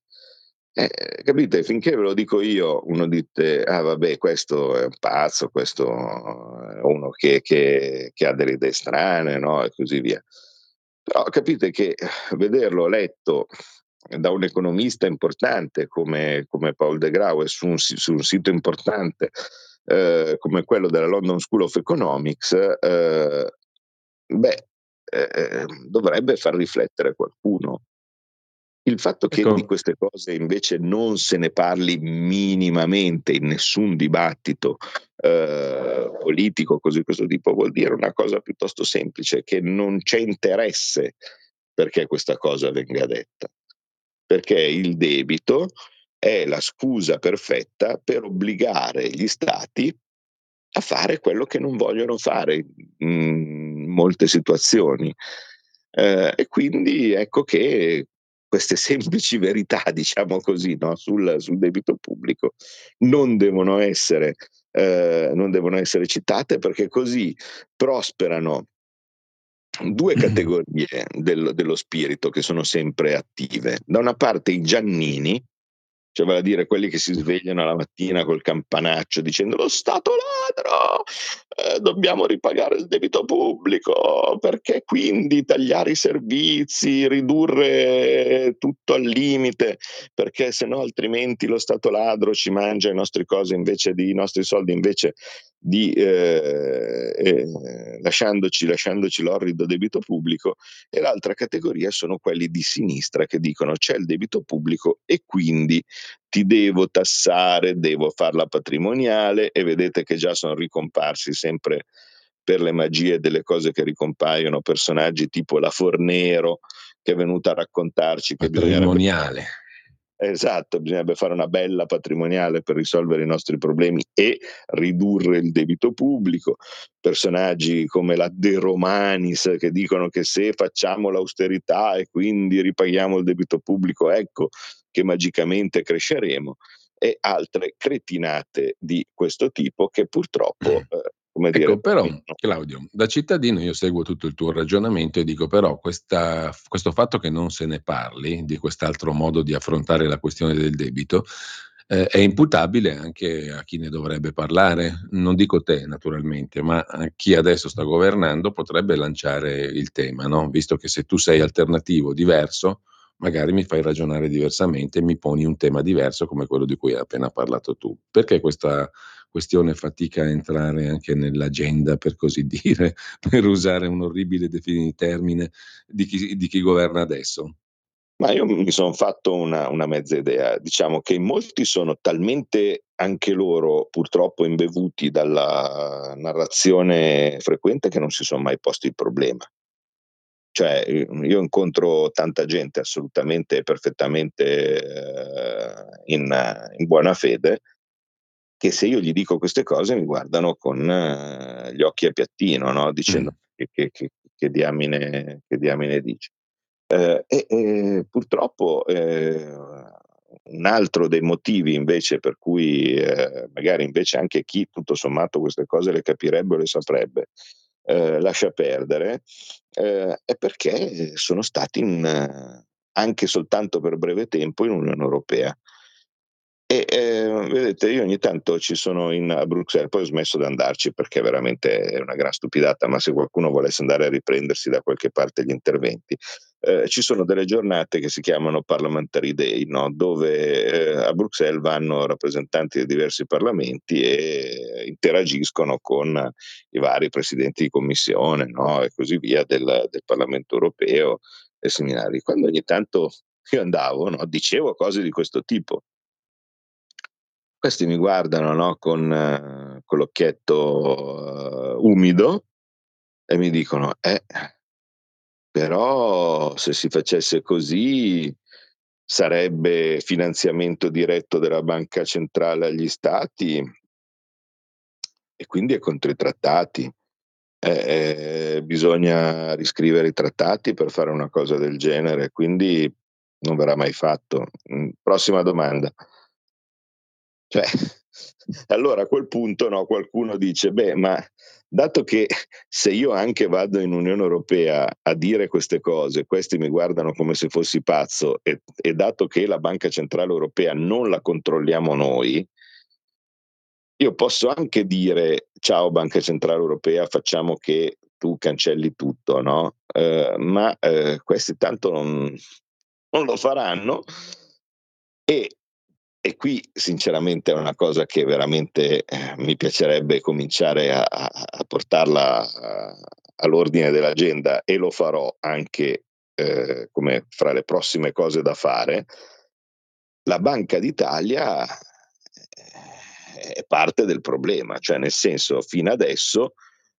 Eh, capite? Finché ve lo dico io, uno dite, ah vabbè, questo è un pazzo, questo è uno che, che, che ha delle idee strane, no? E così via. Però capite che vederlo letto da un economista importante come, come Paul de Grauwe su un, su un sito importante eh, come quello della London School of Economics, eh, beh, eh, dovrebbe far riflettere qualcuno. Il fatto che di Ecco, queste cose invece non se ne parli minimamente in nessun dibattito eh, politico, così questo tipo, vuol dire una cosa piuttosto semplice, che non c'è interesse perché questa cosa venga detta, perché il debito è la scusa perfetta per obbligare gli stati a fare quello che non vogliono fare in molte situazioni. Eh, e quindi ecco che queste semplici verità, diciamo così, no, sul, sul debito pubblico non devono essere, eh, non devono essere citate, perché così prosperano due categorie del- dello spirito che sono sempre attive. Da una parte i Giannini, cioè vale a dire quelli che si svegliano la mattina col campanaccio dicendo lo Stato ladro, eh, dobbiamo ripagare il debito pubblico, perché quindi tagliare i servizi, ridurre tutto al limite, perché se no altrimenti lo Stato ladro ci mangia i nostri cose invece di, i nostri soldi invece di eh, eh, lasciandoci, lasciandoci l'orrido debito pubblico. E l'altra categoria sono quelli di sinistra che dicono c'è il debito pubblico e quindi ti devo tassare, devo farla patrimoniale, e vedete che già sono ricomparsi sempre per le magie delle cose che ricompaiono personaggi tipo la Fornero, che è venuta a raccontarci che bisognerebbe patrimoniale. Esatto, bisognerebbe fare una bella patrimoniale per risolvere i nostri problemi e ridurre il debito pubblico. Personaggi come la De Romanis che dicono che se facciamo l'austerità e quindi ripaghiamo il debito pubblico, ecco che magicamente cresceremo, e altre cretinate di questo tipo che purtroppo, eh, come dire, Ecco, però no. Claudio, da cittadino io seguo tutto il tuo ragionamento e dico però questa questo fatto che non se ne parli, di quest'altro modo di affrontare la questione del debito, ehm, è imputabile anche a chi ne dovrebbe parlare. Non dico te naturalmente, ma a chi adesso sta governando potrebbe lanciare il tema, no, visto che se tu sei alternativo, diverso, magari mi fai ragionare diversamente e mi poni un tema diverso come quello di cui hai appena parlato tu. Perché questa questione fatica a entrare anche nell'agenda, per così dire, per usare un orribile defini termine di chi di chi governa adesso? Ma io mi son fatto una una mezza idea. Diciamo che molti sono talmente anche loro purtroppo imbevuti dalla narrazione frequente che non si son mai posti il problema. Cioè, ehm, io incontro tanta gente assolutamente e perfettamente, ehm, in in buona fede, che se io gli dico queste cose mi guardano con eh, gli occhi a piattino, no, Mh. dicendo: "Che che che che diamine che diamine dici?" Ehm, e e purtroppo, ehm, un altro dei motivi invece per cui, ehm, magari invece anche chi tutto sommato queste cose le capirebbe o le saprebbe, eh, lascia perdere, eh, è perché sono stati in, anche soltanto per breve tempo in Unione Europea. E eh, vedete, io ogni tanto ci sono in, a Bruxelles, poi ho smesso di andarci perché veramente è una gran stupidata, ma se qualcuno volesse andare a riprendersi da qualche parte gli interventi, eh, ci sono delle giornate che si chiamano Parliamentary Day, no? Dove eh, a Bruxelles vanno rappresentanti di diversi parlamenti e interagiscono con i vari presidenti di commissione, no? E così via del, del Parlamento europeo e seminari. Quando ogni tanto io andavo, no? Dicevo cose di questo tipo. Questi mi guardano, no, con, eh, con l'occhietto eh, umido e mi dicono: eh, però se si facesse così sarebbe finanziamento diretto della banca centrale agli stati e quindi è contro i trattati. Eh, eh, bisogna riscrivere i trattati per fare una cosa del genere, quindi non verrà mai fatto. Mm, Prossima domanda. Cioè, allora a quel punto, no, qualcuno dice: beh, ma dato che se io anche vado in Unione Europea a dire queste cose, questi mi guardano come se fossi pazzo e, e dato che la Banca Centrale Europea non la controlliamo noi, io posso anche dire: ciao Banca Centrale Europea, facciamo che tu cancelli tutto, no? Eh, ma eh, questi tanto non, non lo faranno e e qui sinceramente è una cosa che veramente eh, mi piacerebbe cominciare a, a- a portarla a- all'ordine dell'agenda e lo farò anche eh, come fra le prossime cose da fare. La Banca d'Italia eh, è parte del problema, cioè nel senso fino adesso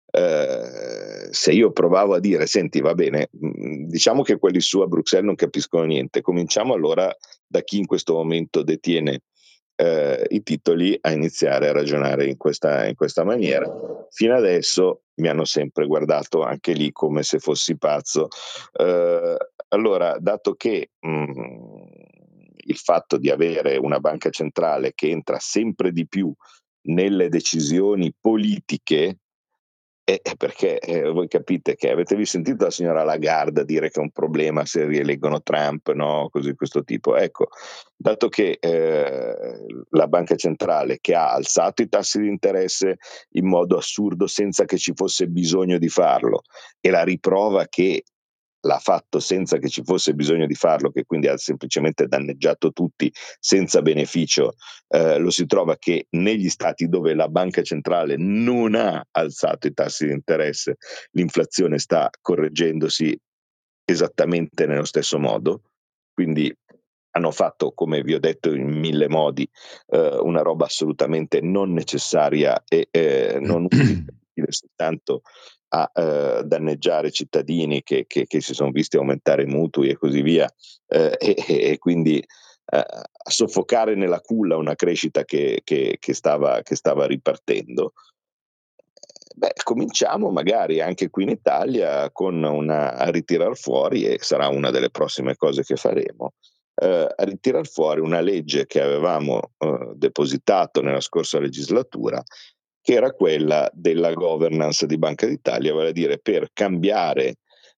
eh, se io provavo a dire senti va bene, mh, diciamo che quelli su a Bruxelles non capiscono niente, cominciamo allora da chi in questo momento detiene eh, i titoli a iniziare a ragionare in questa, in questa maniera. Fino adesso mi hanno sempre guardato anche lì come se fossi pazzo. Eh, allora, dato che mh, il fatto di avere una banca centrale che entra sempre di più nelle decisioni politiche eh, eh, perché eh, voi capite che avete vi sentito la signora Lagarde dire che è un problema se rieleggono Trump, no? Così di questo tipo. Ecco, dato che eh, la banca centrale che ha alzato i tassi di interesse in modo assurdo senza che ci fosse bisogno di farlo e la riprova che l'ha fatto senza che ci fosse bisogno di farlo, che quindi ha semplicemente danneggiato tutti senza beneficio, eh, lo si trova che negli stati dove la banca centrale non ha alzato i tassi di interesse, l'inflazione sta correggendosi esattamente nello stesso modo, quindi hanno fatto, come vi ho detto in mille modi, eh, una roba assolutamente non necessaria e eh, non utile soltanto a eh, danneggiare cittadini che, che, che si sono visti aumentare i mutui e così via, eh, e, e quindi eh, a soffocare nella culla una crescita che, che, che, stava, che stava ripartendo. Beh, cominciamo magari anche qui in Italia con una, a ritirar fuori, e sarà una delle prossime cose che faremo, eh, a ritirar fuori una legge che avevamo eh, depositato nella scorsa legislatura, che era quella della governance di Banca d'Italia, vale a dire per cambiare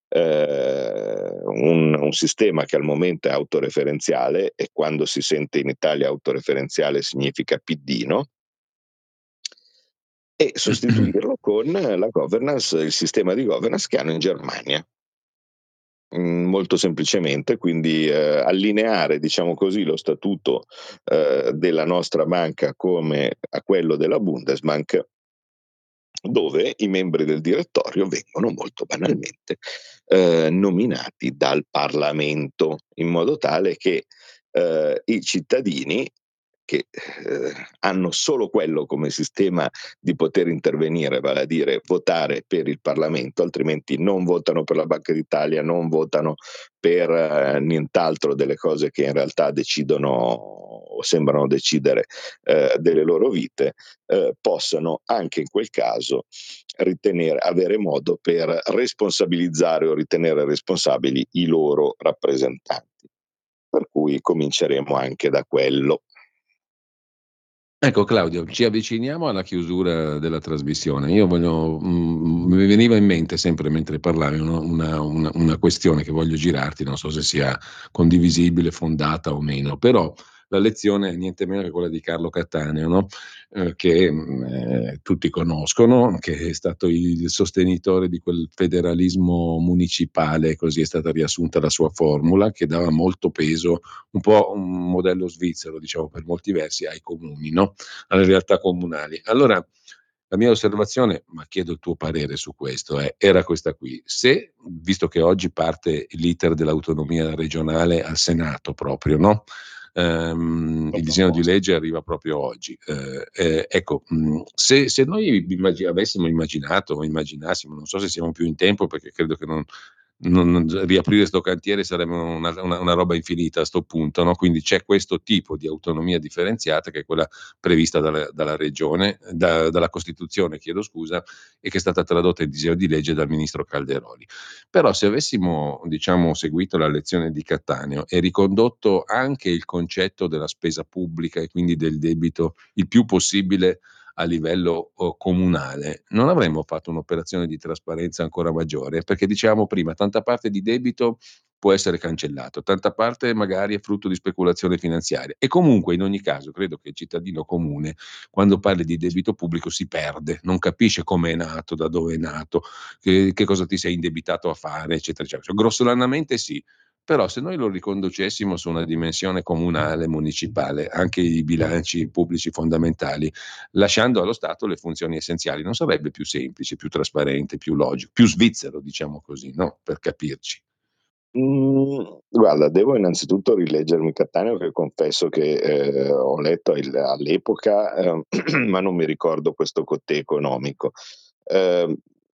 eh, un, un sistema che al momento è autoreferenziale e quando si sente in Italia autoreferenziale significa piddino, e sostituirlo con la governance, il sistema di governance che hanno in Germania. Mm, Molto semplicemente, quindi eh, allineare, diciamo così, lo statuto eh, della nostra banca come a quello della Bundesbank, dove i membri del direttorio vengono molto banalmente eh, nominati dal Parlamento, in modo tale che eh, i cittadini che eh, hanno solo quello come sistema di poter intervenire, vale a dire votare per il Parlamento, altrimenti non votano per la Banca d'Italia, non votano per eh, nient'altro delle cose che in realtà decidono o sembrano decidere eh, delle loro vite, eh, possano anche in quel caso ritenere, avere modo per responsabilizzare o ritenere responsabili i loro rappresentanti. Per cui cominceremo anche da quello. Ecco Claudio, ci avviciniamo alla chiusura della trasmissione. Io voglio, mm, mi veniva in mente sempre mentre parlavi una, una- una- una questione che voglio girarti, non so se sia condivisibile, fondata o meno, però la lezione è niente meno che quella di Carlo Cattaneo, no? Eh, che mm, eh, tutti conoscono, che è stato il sostenitore di quel federalismo municipale, così è stata riassunta la sua formula, che dava molto peso, un po' un modello svizzero, diciamo per molti versi, ai comuni, no? Alle realtà comunali. Allora, la mia osservazione, ma chiedo il tuo parere su questo, è, era questa qui. Se, visto che oggi parte l'iter dell'autonomia regionale al Senato proprio, no? Ehm, il disegno di legge arriva proprio oggi. Eh, eh, ecco, mh, se, se noi immag- avessimo immaginato o immaginassimo, non so se siamo più in tempo perché credo che non, non- non- riaprire sto cantiere sarebbe una, una- una roba infinita a sto punto, no? Quindi c'è questo tipo di autonomia differenziata che è quella prevista dalla, dalla regione, da- dalla Costituzione, chiedo scusa, e che è stata tradotta in disegno di legge dal ministro Calderoli. Però se avessimo, diciamo, seguito la lezione di Cattaneo e ricondotto anche il concetto della spesa pubblica e quindi del debito il più possibile a livello oh, comunale, non avremmo fatto un'operazione di trasparenza ancora maggiore? Perché dicevamo prima, tanta parte di debito può essere cancellato, tanta parte magari è frutto di speculazione finanziaria e comunque in ogni caso credo che il cittadino comune quando parli di debito pubblico si perde, non capisce come è nato, da dove è nato, che, che cosa ti sei indebitato a fare, eccetera, eccetera. Cioè, grossolanamente sì, però se noi lo riconducessimo su una dimensione comunale, municipale, anche i bilanci pubblici fondamentali, lasciando allo Stato le funzioni essenziali, non sarebbe più semplice, più trasparente, più logico, più svizzero, diciamo così, no? Per capirci. Mm, guarda, devo innanzitutto rileggermi Cattaneo, che confesso che eh, ho letto il- all'epoca, eh, ma non mi ricordo questo cotè economico. Eh,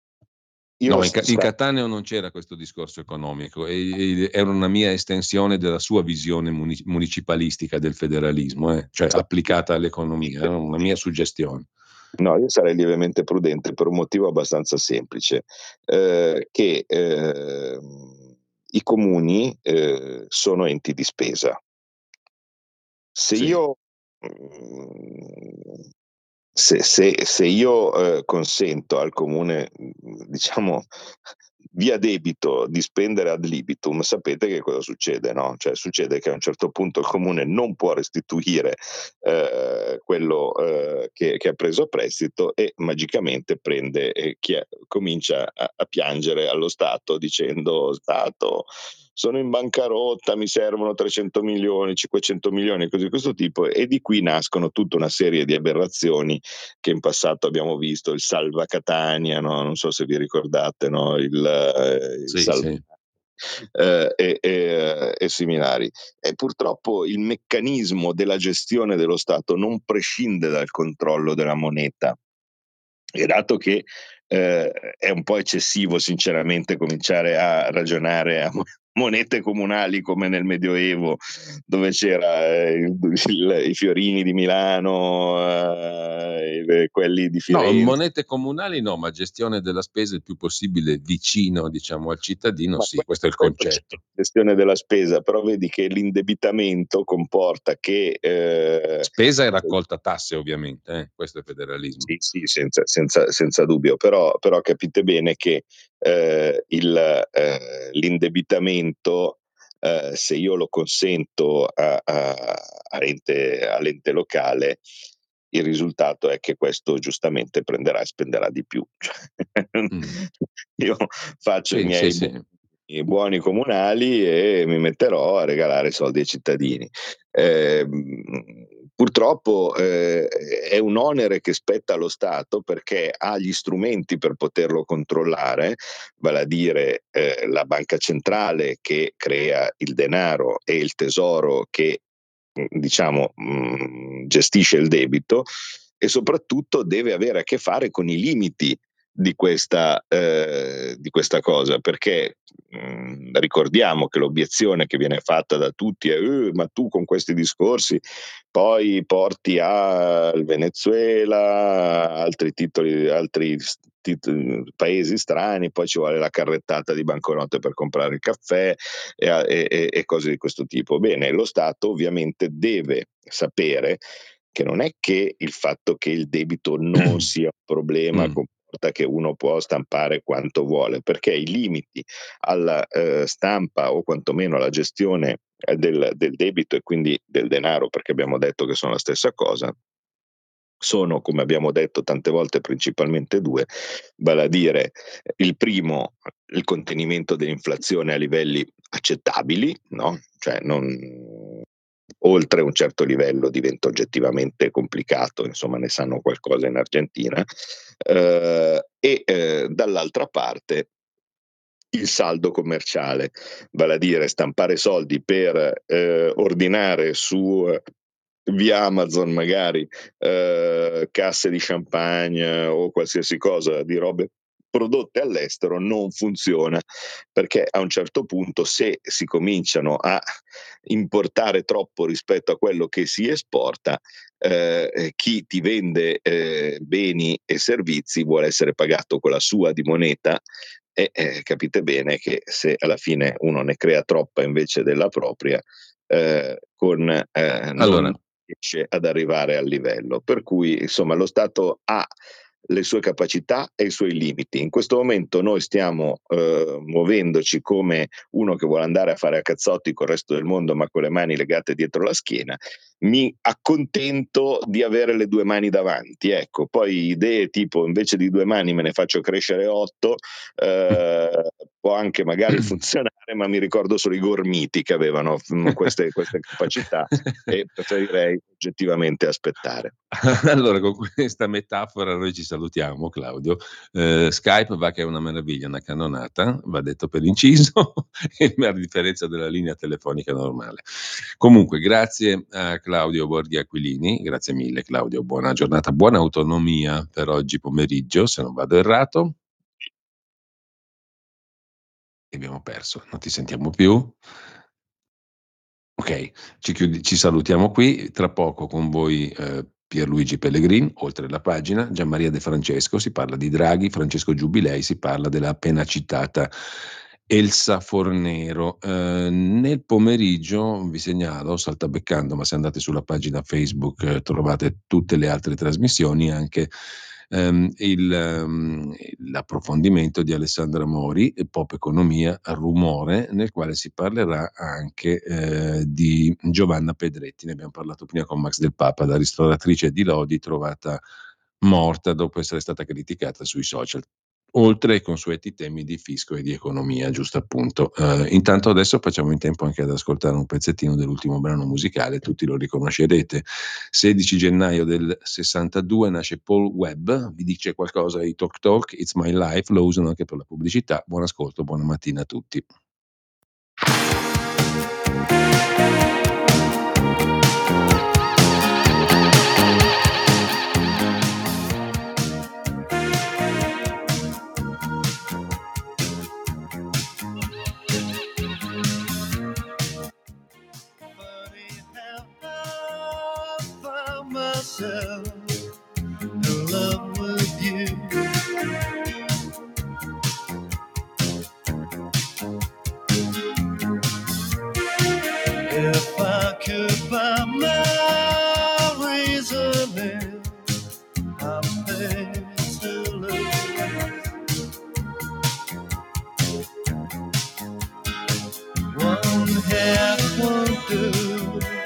io No, in, Ca- in sta- Cattaneo non c'era questo discorso economico, e- e- era una mia estensione della sua visione muni- municipalistica del federalismo, eh, cioè applicata all'economia, eh, una mia suggestione. No, io sarei lievemente prudente per un motivo abbastanza semplice, eh, che eh, i comuni eh, sono enti di spesa. Se Sì, io, mm, se, se- se io eh, consento al comune, mm, diciamo, via debito di spendere ad libitum, sapete che cosa succede, no? Cioè succede che a un certo punto il comune non può restituire eh, quello eh, che, che ha preso a prestito e magicamente prende e chi è- comincia a, a piangere allo Stato dicendo: Stato, sono in bancarotta, mi servono trecento milioni, cinquecento milioni, così di questo tipo, e di qui nascono tutta una serie di aberrazioni che in passato abbiamo visto, il Salva Catania, no? Non so se vi ricordate, no? il, eh, il sì, Salva sì. eh, e, e, e similari. E purtroppo il meccanismo della gestione dello Stato non prescinde dal controllo della moneta. E dato che eh, è un po' eccessivo, sinceramente, cominciare a ragionare a monete comunali come nel Medioevo, dove c'era eh, il, il, i fiorini di Milano, eh, quelli di No, Firenze. monete comunali no, ma gestione della spesa il più possibile vicino, diciamo, al cittadino, Ma sì, que- questo è il questo c'è concetto. gestione della spesa, però vedi che l'indebitamento comporta che eh, Spesa e raccolta tasse, ovviamente, eh, questo è federalismo. sì, sì, senza, senza- senza dubbio, però, però capite bene che eh, il, eh, l'indebitamento, eh, se io lo consento a- a- a ente- all'ente locale, il risultato è che questo giustamente prenderà e spenderà di più. Mm. Io faccio i Sì, sì, miei sì. bu- i buoni comunali e mi metterò a regalare soldi ai cittadini. Eh, purtroppo eh, è un onere che spetta allo Stato perché ha gli strumenti per poterlo controllare, vale a dire eh, la banca centrale che crea il denaro e il tesoro che diciamo mh, gestisce il debito, e soprattutto deve avere a che fare con i limiti di questa, eh, di questa cosa, perché mh, ricordiamo che l'obiezione che viene fatta da tutti è eh, ma tu con questi discorsi poi porti al Venezuela, altri titoli, altri tit- paesi strani, poi ci vuole la carrettata di banconote per comprare il caffè e, e, e cose di questo tipo. Bene, lo Stato ovviamente deve sapere che non è che il fatto che il debito non sia un problema Mm. comporta che uno può stampare quanto vuole, perché i limiti alla eh, stampa o quantomeno alla gestione eh, del, del debito e quindi del denaro, perché abbiamo detto che sono la stessa cosa, sono, come abbiamo detto tante volte, principalmente due, vale a dire il primo, il contenimento dell'inflazione a livelli accettabili, no? Cioè non, oltre un certo livello diventa oggettivamente complicato, insomma ne sanno qualcosa in Argentina, eh, e eh, dall'altra parte il saldo commerciale, vale a dire stampare soldi per eh, ordinare su via Amazon magari eh, casse di champagne o qualsiasi cosa di robe prodotte all'estero non funziona, perché a un certo punto se si cominciano a importare troppo rispetto a quello che si esporta, eh, chi ti vende eh, beni e servizi vuole essere pagato con la sua di moneta e eh, capite bene che se alla fine uno ne crea troppa invece della propria, eh, con eh, Allora, non riesce ad arrivare al livello. Per cui, insomma, lo Stato ha le sue capacità e i suoi limiti. In questo momento noi stiamo eh, muovendoci come uno che vuole andare a fare a cazzotti col resto del mondo ma con le mani legate dietro la schiena. Mi accontento di avere le due mani davanti, ecco, poi idee tipo invece di due mani me ne faccio crescere otto, eh, può anche magari funzionare, ma mi ricordo solo i gormiti che avevano mh, queste, queste capacità e preferirei oggettivamente aspettare. Allora, con questa metafora noi ci salutiamo, Claudio. Eh, Skype va che è una meraviglia, una cannonata, va detto per inciso, a differenza della linea telefonica normale. Comunque, grazie a Claudio Borghi Aquilini, grazie mille Claudio, buona giornata, buona autonomia per oggi pomeriggio, se non vado errato. E abbiamo perso, non ti sentiamo più. Ok, ci, chiudi- ci salutiamo qui, tra poco con voi eh, Pierluigi Pellegrin, oltre la pagina, Gianmaria De Francesco, si parla di Draghi, Francesco Giubilei, si parla della appena citata Elsa Fornero. Eh, nel pomeriggio vi segnalo, saltabeccando, ma se andate sulla pagina Facebook eh, trovate tutte le altre trasmissioni, anche ehm, il, ehm, l'approfondimento di Alessandra Mori, Pop Economia a Rumore, nel quale si parlerà anche eh, di Giovanna Pedretti. Ne abbiamo parlato prima con Max Del Papa, la ristoratrice di Lodi trovata morta dopo essere stata criticata sui social, oltre ai consueti temi di fisco e di economia, giusto appunto. Uh, intanto adesso facciamo in tempo anche ad ascoltare un pezzettino dell'ultimo brano musicale, tutti lo riconoscerete. sedici gennaio del sessantadue nasce Paul Webb, vi dice qualcosa i Talk Talk, It's My Life, lo usano anche per la pubblicità. Buon ascolto, buona mattina a tutti. In love with you. If I could buy my reasoning, I'd pay to lose. One half won't do.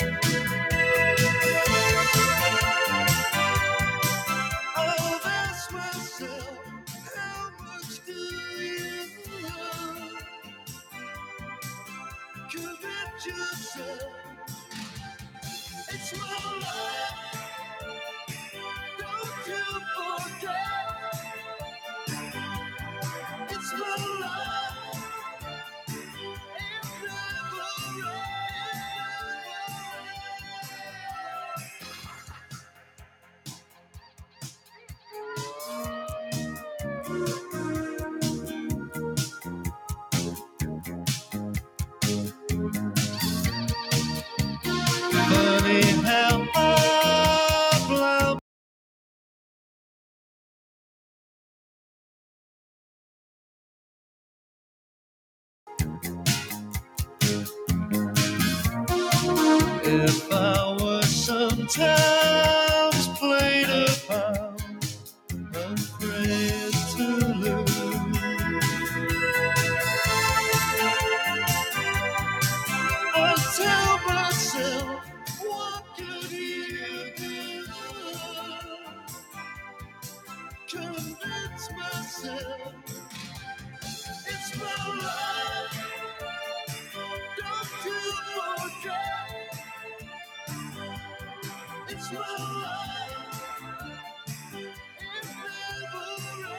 It's my life, don't you forget. It's my life, it's never right. Funny how I love. If I were sometime It's my life. It never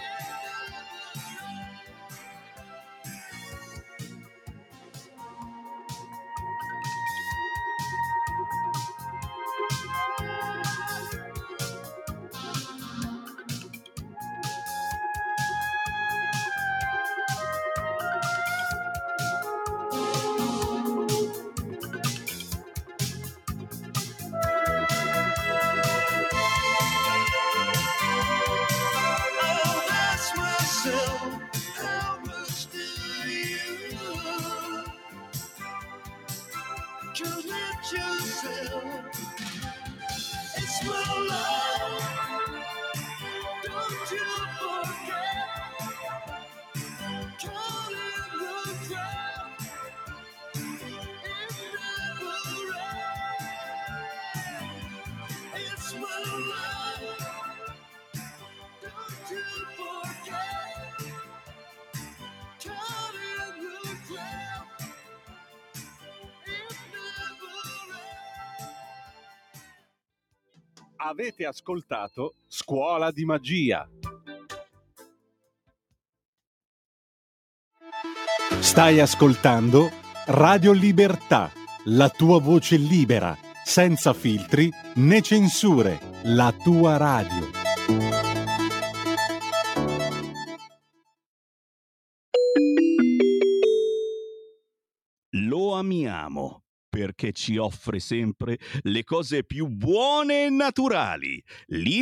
I'll ask myself, how much do you commit yourself? It's my life. Don't you forget. Caught in the crowd. It never ends. It's my life. Don't you forget. Caught in the crowd. It never ends. Avete ascoltato Scuola di Magia. Stai ascoltando Radio Libertà, la tua voce libera, senza filtri né censure, la tua radio. Lo amiamo perché ci offre sempre le cose più buone e naturali. Lì